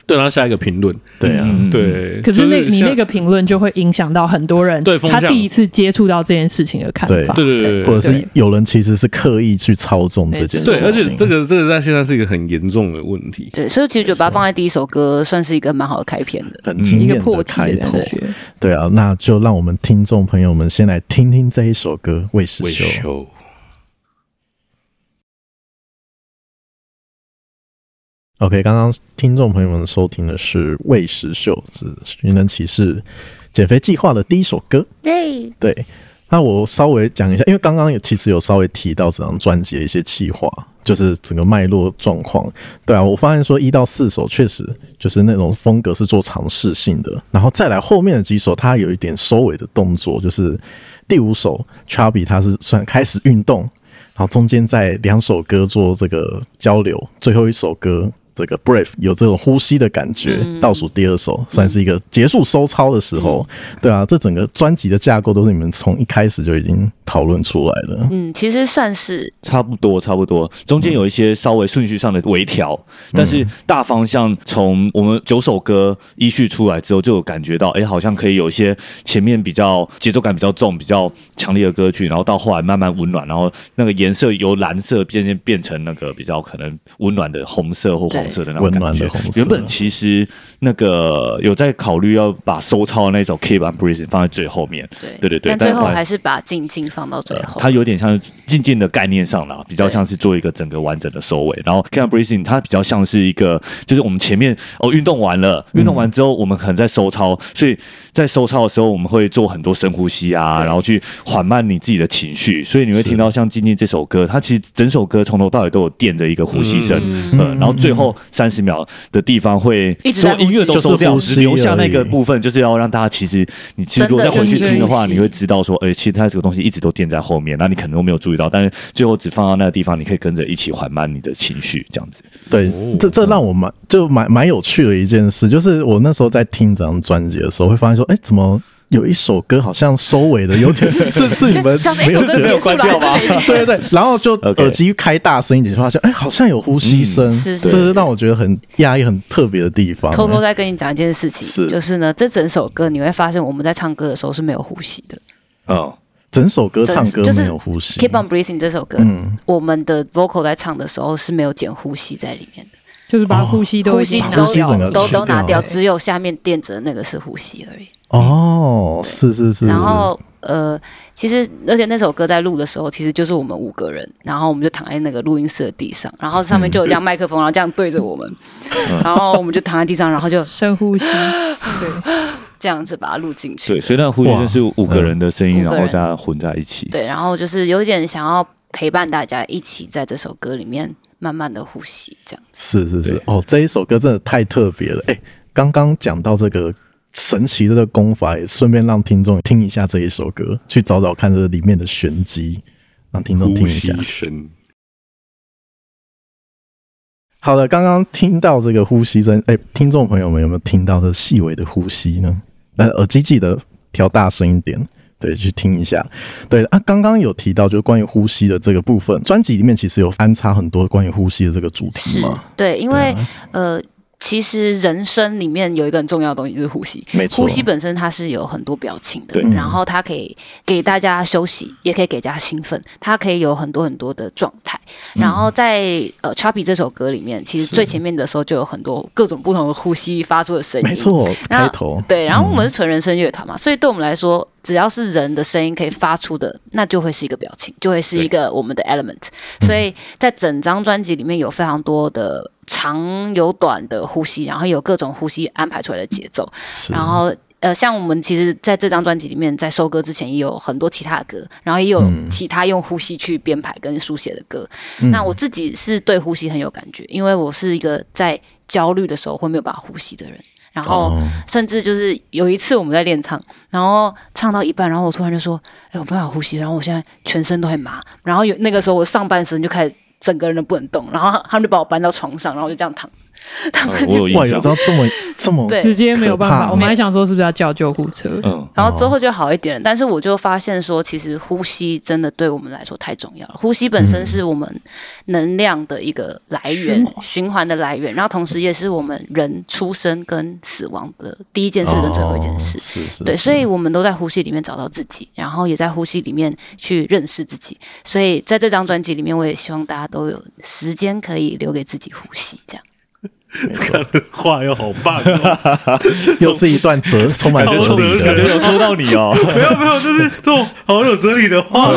对他下一个评论。 对啊， 对。 可是你那个评论就会影响到很多人， 对他第一次接触到这件事情的看法， 对， 或者是有人其实是刻意去操纵这件事情， 对，而且这个在现在是一个很严重的问题。 对，所以其实就把它放在第一首歌，算是一个蛮好的开篇的， 很惊艳的开头。对啊，那就让我们听众朋友们先来听听这一首歌《魏时秀》。OK， 刚刚听众朋友们收听的是《魏时秀》，是寻人启事减肥计划的第一首歌。对，那我稍微讲一下，因为刚刚其实有稍微提到这张专辑的一些企划，就是整个脉络状况。对啊，我发现说1到4首确实就是那种风格是做尝试性的，然后再来后面的几首，它有一点收尾的动作，就是第5首 Chubby 他是算开始运动，然后中间在2首歌做这个交流，最后一首歌。这个 Brave 有这种呼吸的感觉，倒数第2首算是一个结束收操的时候，对啊，这整个专辑的架构都是你们从一开始就已经讨论出来了。 其实算是差不多，中间有一些稍微顺序上的微调，但是大方向从我们9首歌依序出来之后，就有感觉到，好像可以有一些前面比较节奏感比较重、比较强烈的歌曲，然后到后来慢慢温暖，然后那个颜色由蓝色渐渐变成那个比较可能温暖的红色或黄色的那种感觉。原本其实那个有在考虑要把收操的那首 Keep on Breathing 放在最后面，对， 但最后还是把静静放到最后。 它有点像是静静的概念上啦，比较像是做一个整个完整的收尾。然后 Keep on Breathing 它比较像是一个，就是我们前面运动完了，运动完之后我们可能在收操，所以在收操的时候我们会做很多深呼吸啊，然后去缓慢你自己的情绪，所以你会听到像静静这首歌，它其实整首歌从头到尾都有垫着一个呼吸声，然后最后30秒的地方会所有音乐都收掉，只留下那个部分，就是要让大家其实如果再回去听的话，你会知道说，其实它这个东西一直都垫在后面，那你可能都没有注意到，但是最后只放到那个地方，你可以跟着一起缓慢你的情绪，这样子。 对，这让我蛮有趣的一件事，就是我那时候在听这张专辑的时候，会发现说，怎么有一首歌好像收尾的有点是你们没有觉得关掉吗？ 对，然后就耳机开大声一点，就发现好像有呼吸声，这是让我觉得很压抑、很特别的地方。 偷偷再跟你讲一件事情，就是呢，这整首歌你会发现我们在唱歌的时候是没有呼吸的。 整首歌唱歌没有呼吸。 Keep on Breathing 这首歌，我们的 vocal 在唱的时候是没有减呼吸在里面的， 就是把呼吸都拿掉，只有下面垫着那个是呼吸而已。 是。 然后其实而且那首歌在录的时候，其实就是我们5个人，然后我们就躺在那个录音室的地上，然后上面就有这样麦克风，然后这样对着我们，然后我们就躺在地上，然后就深呼吸，对， 这样子把它录进去。 对，所以那个呼吸声是5个人的声音，然后加混在一起。 对，然后就是有点想要陪伴大家一起在这首歌里面慢慢的呼吸，这样子。 是这一首歌真的太特别了。刚刚讲到这个神奇的功法，也顺便让听众听一下这一首歌，去找找看这里面的玄机，让听众听一下。好的，刚刚听到这个呼吸声，听众朋友们有没有听到这细微的呼吸呢？耳机记得调大声一点，对，去听一下。对啊，刚刚有提到就是关于呼吸的这个部分，专辑里面其实有安插很多关于呼吸的这个主题嘛。 对，因为其实人生里面有一个很重要的东西就是呼吸， 没错， 呼吸本身它是有很多表情的，然后它可以给大家休息，也可以给大家兴奋，它可以有很多很多的状态。然后在Chubby 这首歌里面，其实最前面的时候就有很多各种不同的呼吸发出的声音， 没错，开头对。然后我们是纯人声乐团嘛，所以对我们来说，只要是人的声音可以发出的，那就会是一个表情，就会是一个我们的 element。所以在整张专辑里面有非常多的长有短的呼吸，然后有各种呼吸安排出来的节奏，然后像我们其实在这张专辑里面，在收歌之前也有很多其他的歌，然后也有其他用呼吸去编排跟书写的歌。那我自己是对呼吸很有感觉，因为我是一个在焦虑的时候会没有办法呼吸的人。然后甚至就是有一次我们在练唱，然后唱到一半，然后我突然就说：“我没办法呼吸。”然后我现在全身都很麻，然后那个时候我上半身就开始整个人都不能动，然后他们就把我搬到床上，然后我就这样躺着。 我有印象， 有到这么直接没有办法，我们还想说是不是要叫救护车， 然后之后就好一点了。但是我就发现说，其实呼吸真的对我们来说太重要了。呼吸本身是我们能量的一个来源，循环的来源，然后同时也是我们人出生跟死亡的第一件事跟最后一件事。对，所以我们都在呼吸里面找到自己，然后也在呼吸里面去认识自己。所以在这张专辑里面，我也希望大家都有时间可以留给自己呼吸，这样。 话又好棒， 又是一段充满哲理的， 感觉有戳到你哦。 没有，就是这种好有哲理的话。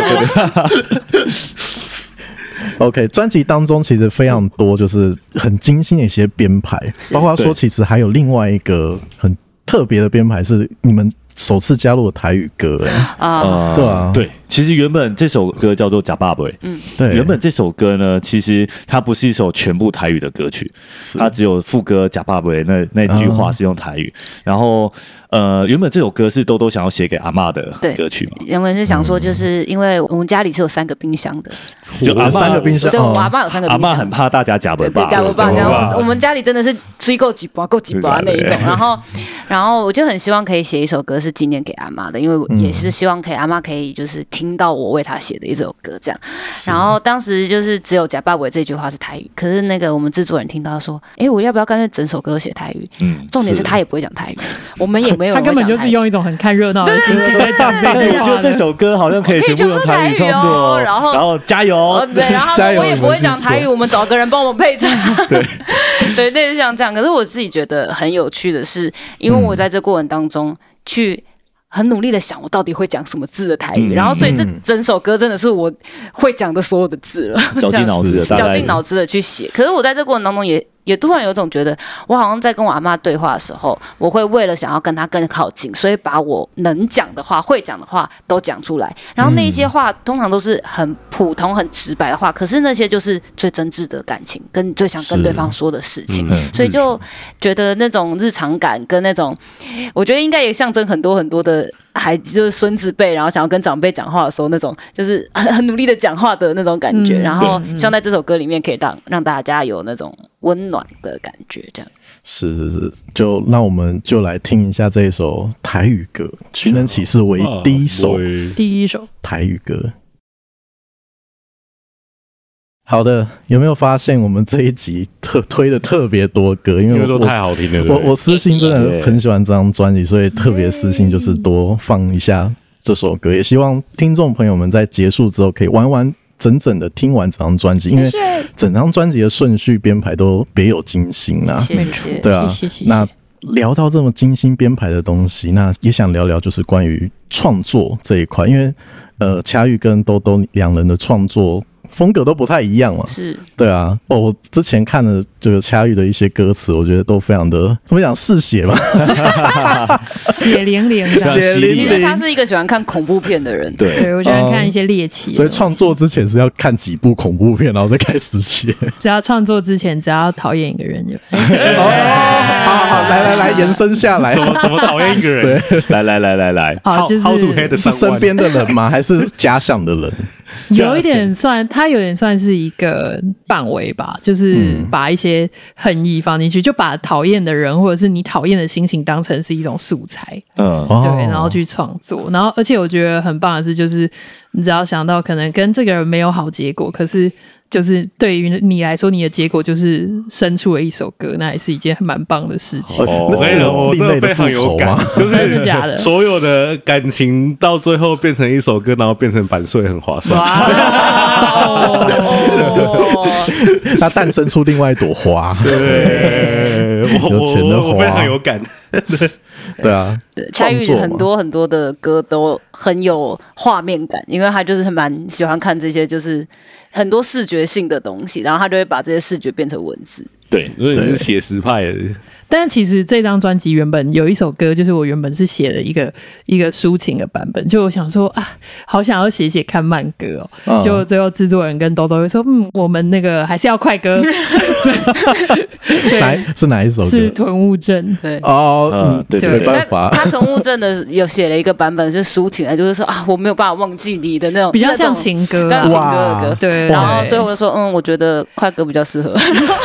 OK， 专辑当中其实非常多，就是很精心的一些编排，包括说其实还有另外一个很特别的编排是你们首次加入的台语歌，对啊， 对，其实原本这首歌叫做《假爸爸》，对，原本这首歌呢，其实它不是一首全部台语的歌曲，它只有副歌《假爸爸》那句话是用台语，然后原本这首歌是兜兜想要写给阿嬷的歌曲嘛， 原本是想说，就是因为我们家里是有3个冰箱的， 就阿嬷 3个冰箱， 对，我阿嬷有3个冰箱， 阿嬷很怕大家假不爸， 假不爸，然后我们家里真的是追够几把那一种，然后我就很希望可以写一首歌是纪念给阿嬷的，因为也是希望可以阿嬷可以就是听到我为她写的一首歌这样。然后当时就是只有假爸爸这句话是台语，可是那个我们制作人听到说，我要不要干脆整首歌写台语？重点是他也不会讲台语，我们也没有人会讲台语， 他根本就是用一种很看热闹的心情在讲这句话。 我觉得这首歌好像可以全部用台语创作，然后加油， 对，然后我也不会讲台语，我们找个人帮我们配唱，对，类似像这样。可是我自己觉得很有趣的是，因为我在这过程当中去很努力的想我到底会讲什么字的台语，然后所以这整首歌真的是我会讲的所有的字了， 绞尽脑汁的去写。可是我在这过程当中也突然有种觉得，我好像在跟我阿嬷对话的时候，我会为了想要跟她更靠近，所以把我能讲的话、会讲的话都讲出来。然后那一些话通常都是很普通、很直白的话，可是那些就是最真挚的感情，跟你最想跟对方说的事情。所以就觉得那种日常感跟那种，我觉得应该也象征很多很多的。就是孙子辈，然后想要跟长辈讲话的时候，那种就是很努力的讲话的那种感觉，然后希望在这首歌里面可以让大家有那种温暖的感觉，这样。 是，就那我们就来听一下这一首台语歌，《寻人启事》为第一首台语歌。好的，有没有发现我们这一集推的特别多歌？因为都太好听了。 我私心真的很喜欢这张专辑，所以特别私心就是多放一下这首歌，也希望听众朋友们在结束之后可以完整整的听完整张专辑，因为整张专辑的顺序编排都别有精心啊。 谢谢， 对啊。那聊到这么精心编排的东西，那也想聊聊就是关于创作这一块，因为恰玉跟兜兜两人的创作风格都不太一样嘛， 是， 对啊。我之前看了这个恰玉的一些歌词，我觉得都非常的怎么讲嗜血嘛， 血淋淋的。 其实他是一个喜欢看恐怖片的人， 对，我喜欢看一些猎奇。 所以创作之前是要看几部恐怖片，然后再开始写。 只要创作之前，只要讨厌一个人就。 好，来，延伸下来， 怎么讨厌一个人？ 对， 来， 好，就是身边的人吗？还是假想的人？ 有一点算，它有点算是一个范围吧，就是把一些恨意放进去，就把讨厌的人或者是你讨厌的心情当成是一种素材，对，然后去创作。然后，而且我觉得很棒的是，就是你只要想到可能跟这个人没有好结果，可是就是对于你来说，你的结果就是生出了一首歌，那也是一件蛮棒的事情。 我跟你讲，我真的非常有感，就是真的假的？ 所有的感情到最后变成一首歌，然后变成版税，很划算。 它诞生出另外一朵花， 对，我非常有感。 对啊， 恰玉很多很多的歌都很有画面感，因为他就是蛮喜欢看这些就是很多视觉性的东西，然后他就会把这些视觉变成文字。 对， 所以你是写实派的。 但其实这张专辑原本有一首歌，就是我原本是写了一个抒情的版本，就我想说啊，好想要写看慢歌哦，就最后制作人跟兜兜会说，我们那个还是要快歌。 是哪一首歌？ 是囤物症。 对对，没办法。 他囤物症的有写了一个版本是抒情的，就是说啊，我没有办法忘记你的那种， 比较像情歌， 情歌的歌。 对， 然后最后就说，我觉得快歌比较适合。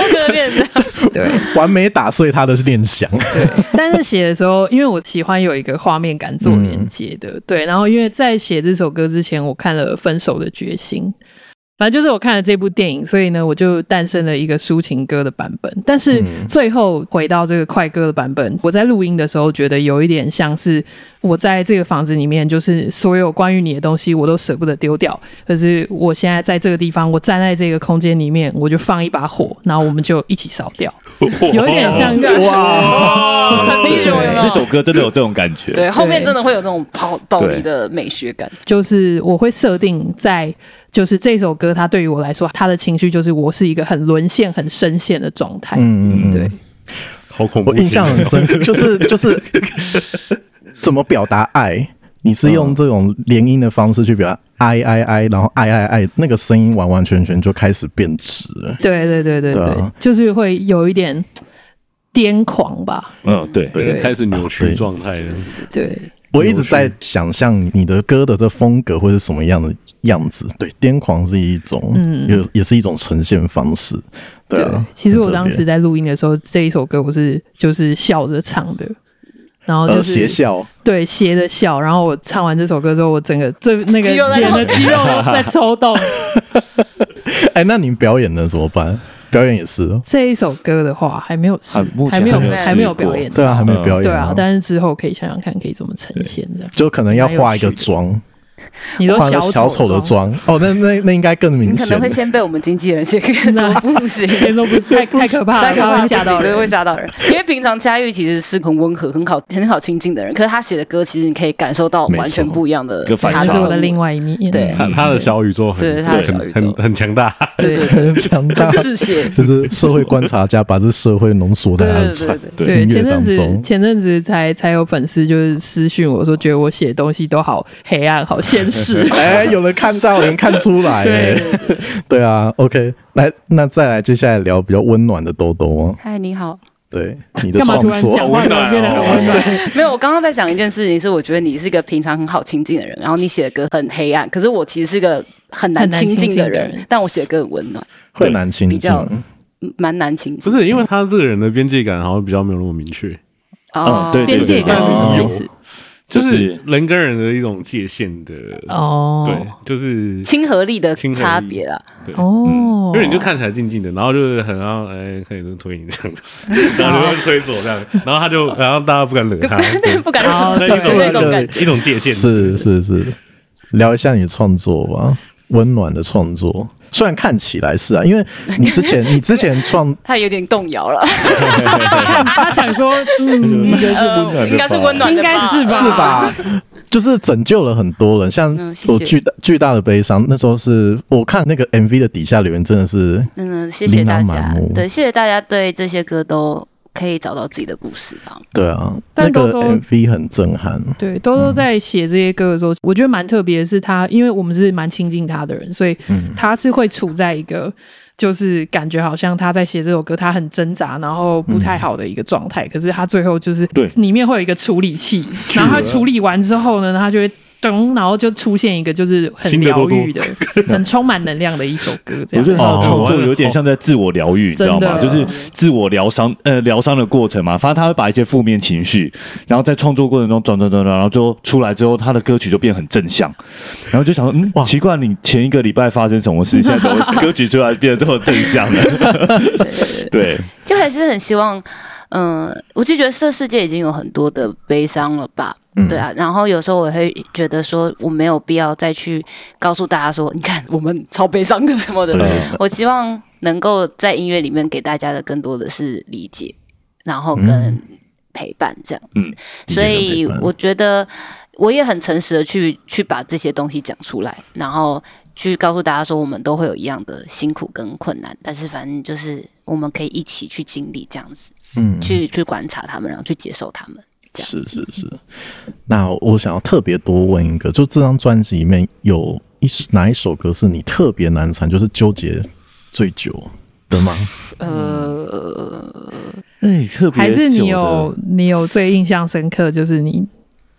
就会变成这样。 对， 完美打碎他的念想。 对，但是写的时候，因为我喜欢有一个画面感做连接的，对。然后因为在写这首歌之前，我看了《分手的决心》。反正就是我看了这部电影，所以呢，我就诞生了一个抒情歌的版本。但是最后回到这个快歌的版本，我在录音的时候觉得有一点像是我在这个房子里面，就是所有关于你的东西我都舍不得丢掉。可是我现在在这个地方，我站在这个空间里面，我就放一把火，然后我们就一起烧掉。有一点像哇，很逼人。 这首歌真的有这种感觉， 对，后面真的会有那种暴力的美学感。 就是我会设定在。就是这首歌，它对于我来说，它的情绪就是我是一个很沦陷、很深陷的状态。对， 好恐怖。 我印象很深，就是怎么表达爱？你是用这种连音的方式去表达爱，然后爱，那个声音完完全全就开始变直了。 对，就是会有一点癫狂吧。 对， 开始扭曲状态了。 对。 我一直在想象你的歌的这风格会是什么样的样子。对，癫狂是一种，也是一种呈现方式。对啊， 其实我当时在录音的时候，这一首歌我是就是笑着唱的，然后就是斜笑， 对，斜着笑。然后我唱完这首歌之后，我整个那个脸的肌肉在抽动。 哎，那你表演呢怎么办？表演也是这一首歌的话，还没有表演， 对啊，还没有表演， 对啊，但是之后可以想想看，可以怎么呈现这样， 就可能要化一个妆。 你都小丑的妆哦，那应该更明显。 你可能会先被我们经纪人先跟说不行， 先说不行，太可怕了，他会吓到人， 会吓到人。因为平常佳玉其实是很温和、很好亲近的人，可是他写的歌其实你可以感受到完全不一样的， 他是我的另外一面。 对， 他的小宇宙很强大， 对， 很强大， 嗜血， 就是社会观察家把这社会浓缩在他的音乐当中。 前阵子才有粉丝就是私讯我说，觉得我写的东西都好黑暗、好现实。 哎，有人看到，有人看出来。对啊 ，OK， 来，那再来，接下来聊比较温暖的兜兜啊。 嗨，你好。 对，你的创作讲话变得很温暖。 没有，我刚刚在讲一件事情，是我觉得你是一个平常很好亲近的人，然后你写的歌很黑暗，可是我其实是个很难亲近的人，但我写的歌很温暖， 会难亲近， 蛮难亲近。 不是因为他这个人的边界感好像比较没有那么明确。 对， 边界感是什么意思？ 就是人跟人的一种界限的对，就是亲和力的差别啦。 哦， 因为你就看起来静静的，然后就是很要可以推你这样子，然后就会吹左这样，然后大家不敢惹他， 不敢那种感觉， 一种界限。 是，聊一下你的创作吧，温暖的创作。虽然看起来是啊，因为你之前创， 他有点动摇了。 他想说， 应该是温暖的， 应该是温暖的， 应该是吧？就是拯救了很多人，像我巨大的悲伤，那时候是我看那个 MV 的底下留言，真的是谢谢大家，对，谢谢大家对这些歌都可以找到自己的故事啊。 对啊，那个 MV 很震撼。 对，兜兜在写这些歌的时候，我觉得蛮特别的是他，因为我们是蛮亲近他的人，所以他是会处在一个就是感觉好像他在写这首歌，他很挣扎，然后不太好的一个状态。可是他最后就是里面会有一个处理器，然后他处理完之后呢，他就会噔，然后就出现一个就是很疗愈的、很充满能量的一首歌。这样， 我觉得他的创作有点像在自我疗愈，你知道吗？就是自我疗伤的过程嘛。反正他会把一些负面情绪，然后在创作过程中转，然后就出来之后，他的歌曲就变很正向。然后就想说，奇怪，你前一个礼拜发生什么事，现在怎么歌曲出来变得这么正向了？对， 就还是很希望。我就觉得这世界已经有很多的悲伤了吧，对啊，然后有时候我会觉得说我没有必要再去告诉大家说，你看我们超悲伤的什么的，我希望能够在音乐里面给大家的更多的是理解，然后跟陪伴这样子，所以我觉得我也很诚实的去把这些东西讲出来，然后去告诉大家说我们都会有一样的辛苦跟困难，但是反正就是我们可以一起去经历这样子。去观察他们，然后去接受他们。 是。那我想要特别多问一个，就这张专辑里面有哪一首歌是你特别难缠，就是纠结最久的吗？ 特别还是你有最印象深刻，就是你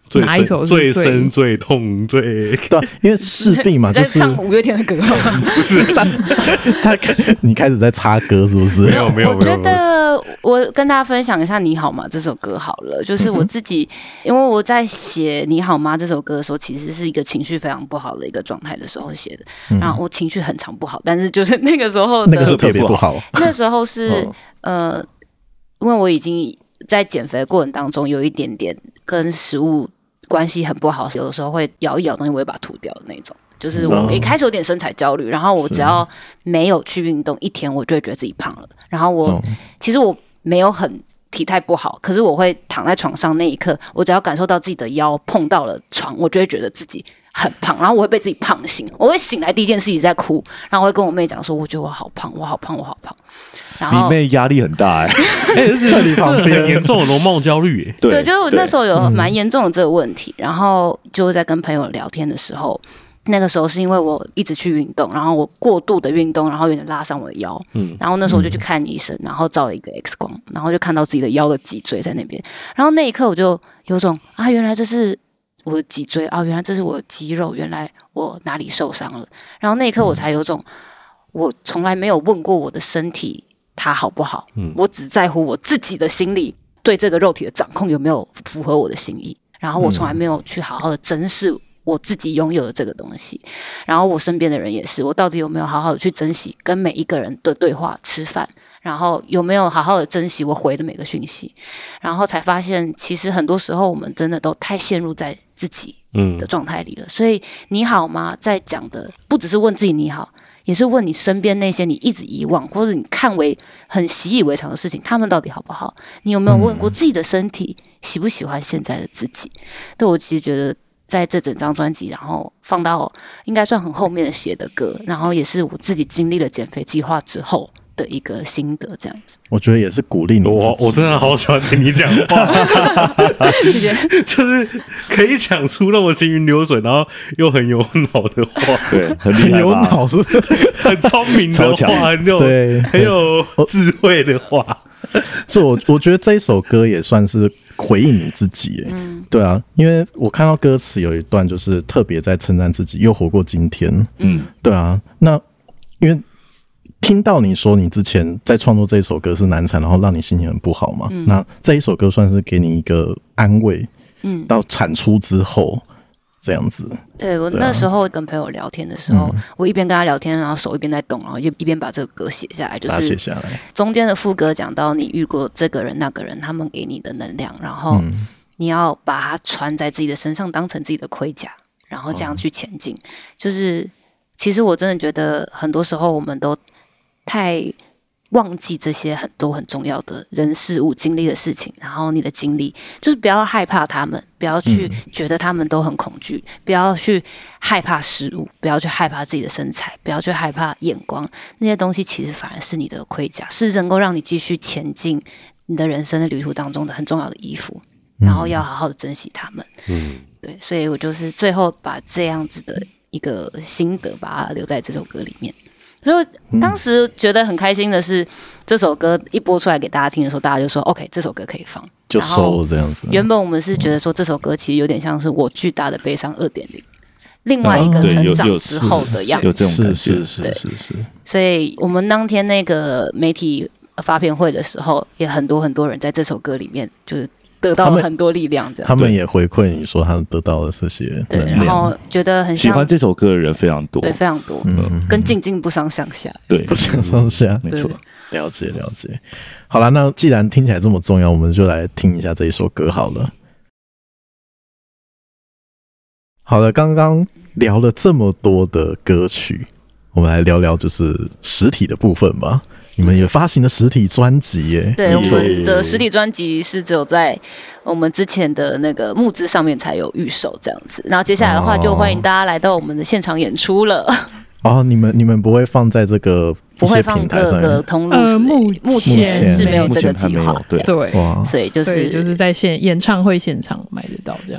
哪一首是最深最痛最对，因为势必嘛，就是在唱五月天的歌， 不是你开始在插歌是不是？ 没有。 我觉得我跟大家分享一下《你好吗》这首歌好了，就是我自己，因为我在写《你好吗》这首歌的时候，其实是一个情绪非常不好的一个状态的时候写的，然后我情绪很常不好，但是就是那个时候那个时候特别不好， 那时候是因为我已经在减肥的过程当中有一点点跟食物关系很不好，有的时候会咬一咬东西，我会把它吐掉的那种。就是我一开始有点身材焦虑，然后我只要没有去运动一天，我就会觉得自己胖了。然后其实我没有很体态不好，可是我会躺在床上那一刻，我只要感受到自己的腰碰到了床，我就会觉得自己很胖，然后我会被自己胖醒。我会醒来第一件事情在哭，然后我会跟我妹讲说，我觉得我好胖，我好胖，我好胖。然后你妹压力很大这里旁边很严重的容貌焦虑对，就是我那时候有蛮严重的这个问题，然后就在跟朋友聊天的时候，那个时候是因为我一直去运动，然后我过度的运动，然后有点拉伤我的腰，然后那时候我就去看医生，然后照了一个 X 光，然后就看到自己的腰的脊椎在那边，然后那一刻我就有种原来这是我的脊椎原来这是我的肌肉，原来我哪里受伤了，然后那一刻我才有种我从来没有问过我的身体它好不好，我只在乎我自己的心里对这个肉体的掌控有没有符合我的心意，然后我从来没有去好好的珍视我自己拥有的这个东西，然后我身边的人也是，我到底有没有好好的去珍惜跟每一个人的对话吃饭，然后有没有好好的珍惜我回的每个讯息，然后才发现其实很多时候我们真的都太陷入在自己的状态里了，所以你好吗在讲的不只是问自己你好，也是问你身边那些你一直遗忘或者你看为很习以为常的事情，他们到底好不好？你有没有问过自己的身体喜不喜欢现在的自己？对，我其实觉得在这整张专辑，然后放到应该算很后面的写的歌，然后也是我自己经历了减肥计划之后的一个心得，这样子。 我觉得也是鼓励你。 我真的好喜欢听你讲话，就是可以讲出那么行云流水，然后又很有脑的话， 对，很厉害吧， 有脑子， 很聪明的话，很有智慧的话。 所以我觉得这一首歌也算是回应你自己，对啊，因为我看到歌词有一段就是特别在称赞自己又活过今天，对啊，那因为听到你说你之前在创作这一首歌是难产，然后让你心情很不好嘛，那这一首歌算是给你一个安慰，到产出之后这样子。 对，我那时候跟朋友聊天的时候，我一边跟他聊天，然后手一边在动，然后就一边把这个歌写下来，就是写下来。中间的副歌讲到你遇过这个人那个人，他们给你的能量，然后你要把它穿在自己的身上，当成自己的盔甲，然后这样去前进。就是其实我真的觉得很多时候我们都太忘记这些很多很重要的人事物经历的事情，然后你的经历就是不要害怕他们，不要去觉得他们都很恐惧，不要去害怕食物，不要去害怕自己的身材，不要去害怕眼光，那些东西其实反而是你的盔甲，是能够让你继续前进你的人生的旅途当中的很重要的衣服，然后要好好的珍惜他们。对，所以我就是最后把这样子的一个心得把它留在这首歌里面。所以当时觉得很开心的是，这首歌一播出来给大家听的时候，大家就说 OK， 这首歌可以放， 就收了这样子。 原本我们是觉得说这首歌其实有点像是我巨大的悲伤 2.0， 另外一个成长之后的样子， 有这种感觉， 是。 所以我们当天那个媒体发片会的时候，也很多人在这首歌里面就是得到了很多力量，这样。 他们也回馈你说他们得到了这些能量， 然后觉得很像喜欢这首歌的人非常多， 对，非常多，跟静静不相上下， 对， 不相上下， 没错， 了解。好了，那既然听起来这么重要，我们就来听一下这一首歌好了。好了，刚刚聊了这么多的歌曲，我们来聊聊就是实体的部分吧。你们也发行了实体专辑耶？ 对，我们的实体专辑是只有在我们之前的那个募资上面才有预售这样子，然后接下来的话就欢迎大家来到我们的现场演出了。 你们不会放在这个一些平台上面？ 不会放各个通路，目前是没有这个计划， 对， 所以就是在演唱会现场买得到这样。 对。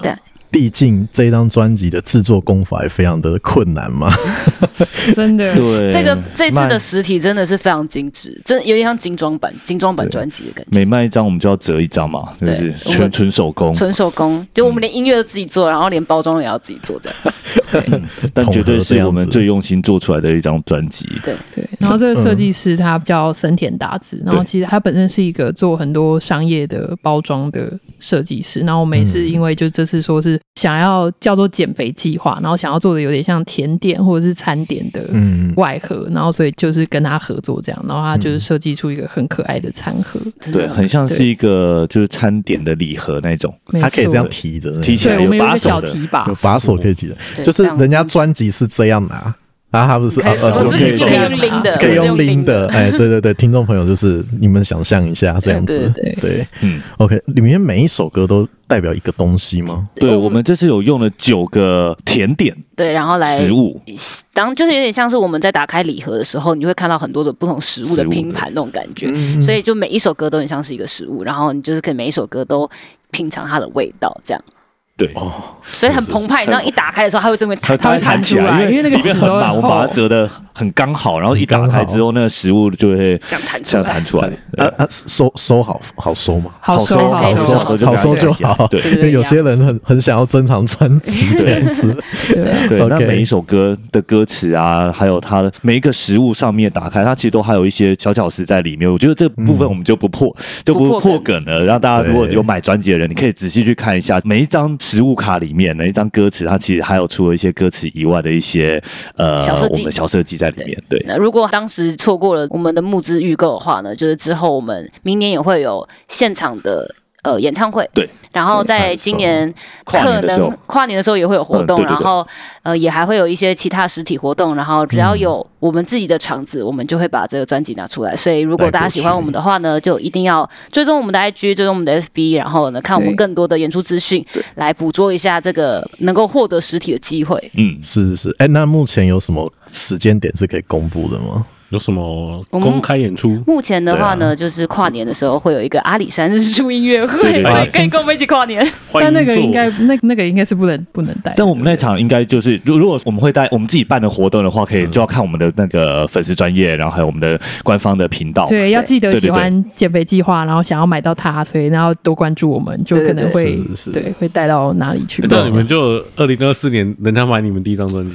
毕竟这一张专辑的制作功法也非常的困难嘛。 真的， 对， 这次的实体真的是非常精致，真的有点像精装版专辑的感觉。 每卖一张我们就要折一张嘛，就是纯手工， 就我们连音乐都自己做，然后连包装也要自己做这样。 但绝对是我们最用心做出来的一张专辑。 对， 然后这个设计师他叫森田达子，然后其实他本身是一个做很多商业的包装的设计师，然后我们也是因为就这次说是想要叫做减肥计划，然后想要做的有点像甜点或者是餐点的外盒，然后所以就是跟他合作这样，然后他就是设计出一个很可爱的餐盒， 对，很像是一个就是餐点的礼盒那种， 它可以这样提着， 提起来有把手的， 有把手可以提着，就是人家专辑是这样拿。他不是可以用拎的， 可以用拎的，对，听众朋友就是你们想象一下这样子，对，OK， 里面每一首歌都代表一个东西吗？ 对，我们这次有用了9个甜点， 对，然后来食物， 就是有点像是我们在打开礼盒的时候，你会看到很多的不同食物的拼盘那种感觉，所以就每一首歌都很像是一个食物，然后你就是可以每一首歌都品尝它的味道，这样。 对， 所以很澎湃。然后一打开的时候，它会真的会弹起来，因为那个纸很满，我们把它折得很刚好，然后一打开之后，那个食物就会这样弹出来。 收好收嘛， 好收就好。对，因为有些人很想要珍藏专辑这样子。 对，那每一首歌的歌词啊，还有它的每一个食物上面打开，它其实都还有一些小巧思在里面。我觉得这个部分我们就不破梗了，让大家如果有买专辑的人，你可以仔细去看一下每一张食物卡里面的一张歌词，它其实还有出了一些歌词以外的一些我们的小设计在里面。对， 那如果当时错过了我们的募资预购的话呢，就是之后我们明年也会有现场的演唱会。 对。 然后在今年可能跨年的时候也会有活动，然后也还会有一些其他实体活动，然后只要有我们自己的场子，我们就会把这个专辑拿出来。所以如果大家喜欢我们的话呢，就一定要追踪我们的 IG， 追踪我们的 FB， 然后呢看我们更多的演出资讯，来捕捉一下这个能够获得实体的机会。 是。那目前有什么时间点是可以公布的吗？ 有什么公开演出？ 目前的话呢，就是跨年的时候会有一个阿里山日出音乐会，所以可以跟我们一起跨年。 但那个应该是不能带。 但我们那场应该就是，如果我们会带我们自己办的活动的话，可以就要看我们的那个粉丝专页，然后还有我们的官方的频道。 对，要记得喜欢减肥计划，然后想要买到它，所以然后多关注我们，就可能会会带到哪里去。 那你们就2024年人家买你们第一张专辑。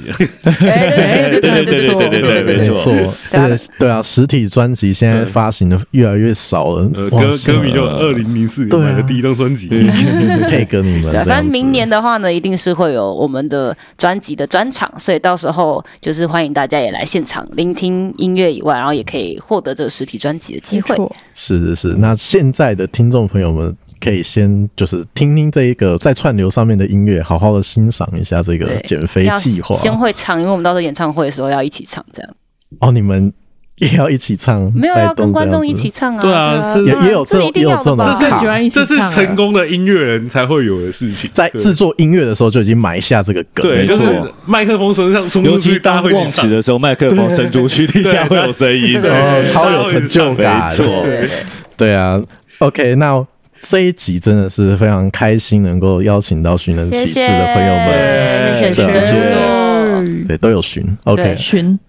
对， 没错。对啊，实体专辑现在发行的越来越少了。 歌迷就2004年买的第一张专辑 ，take 你们。 反正明年的话呢，一定是会有我们的专辑的专场，所以到时候就是欢迎大家也来现场聆听音乐以外，然后也可以获得这个实体专辑的机会。 是。那现在的听众朋友们，可以先就是听听这一个在串流上面的音乐，好好的欣赏一下这个减肥计划。 先会唱，因为我们到时候演唱会的时候要一起唱，这样。 你们也要一起唱？ 没有，要跟观众一起唱啊！ 对啊， 也有这种的卡， 这是成功的音乐人才会有的事情。 在制作音乐的时候就已经埋下这个梗， 对，就是麦克风伸上， 尤其当忘词的时候，麦克风伸出去，底下会有声音， 超有成就感。 没错， 对啊。OK， 那这一集真的是非常开心，能够邀请到寻人启事的朋友们， 谢谢。 对，都有寻 ，OK， 寻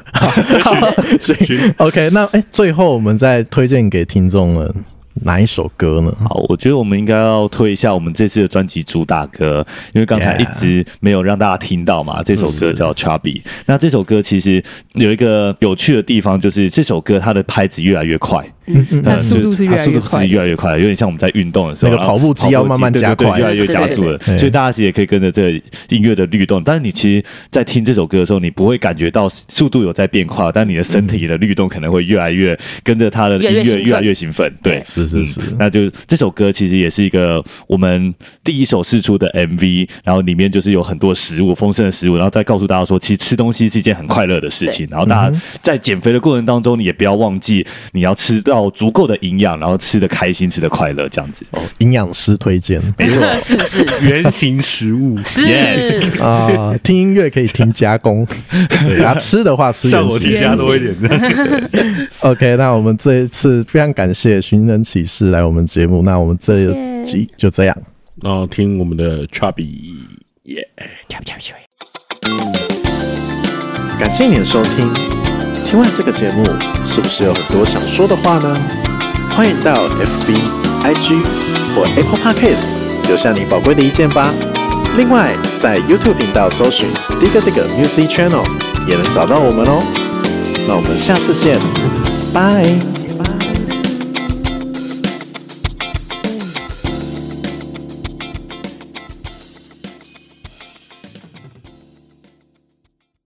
，OK， 那最后我们再推荐给听众了哪一首歌呢？ 好，我觉得我们应该要推一下我们这次的专辑主打歌，因为刚才一直没有让大家听到嘛。这首歌叫 Chubby。那这首歌其实有一个有趣的地方，就是这首歌它的拍子越来越快。 但速度是越来越快，有点像我们在运动的时候， 那个跑步机要慢慢加快， 越来越加速了。所以大家其实也可以跟着这个音乐的律动，但是你其实，在听这首歌的时候，你不会感觉到速度有在变快，但你的身体的律动可能会越来越跟着它的音乐越来越兴奋。对， 是。 那就这首歌其实也是一个我们第一首释出的 MV， 然后里面就是有很多食物，丰盛的食物，然后再告诉大家说，其实吃东西是一件很快乐的事情。然后大家在减肥的过程当中，你也不要忘记你要吃到足够的营养，然后吃的开心，吃的快乐，这样子。 营养师推荐， 没错， 是原型食物， 是听音乐可以听加工，对，吃的话吃效果提加多一点。 OK， 那我们这一次非常感谢寻人启事来我们节目，那我们这一集就这样。 然后听我们的 Chubby， 感谢你的收听。听完这个节目，是不是有很多想说的话呢？欢迎到 FB、IG 或 Apple Podcast 留下你宝贵的意见吧。另外，在 YouTube 频道搜寻 Digger Music Channel 也能找到我们哦。那我们下次见，拜。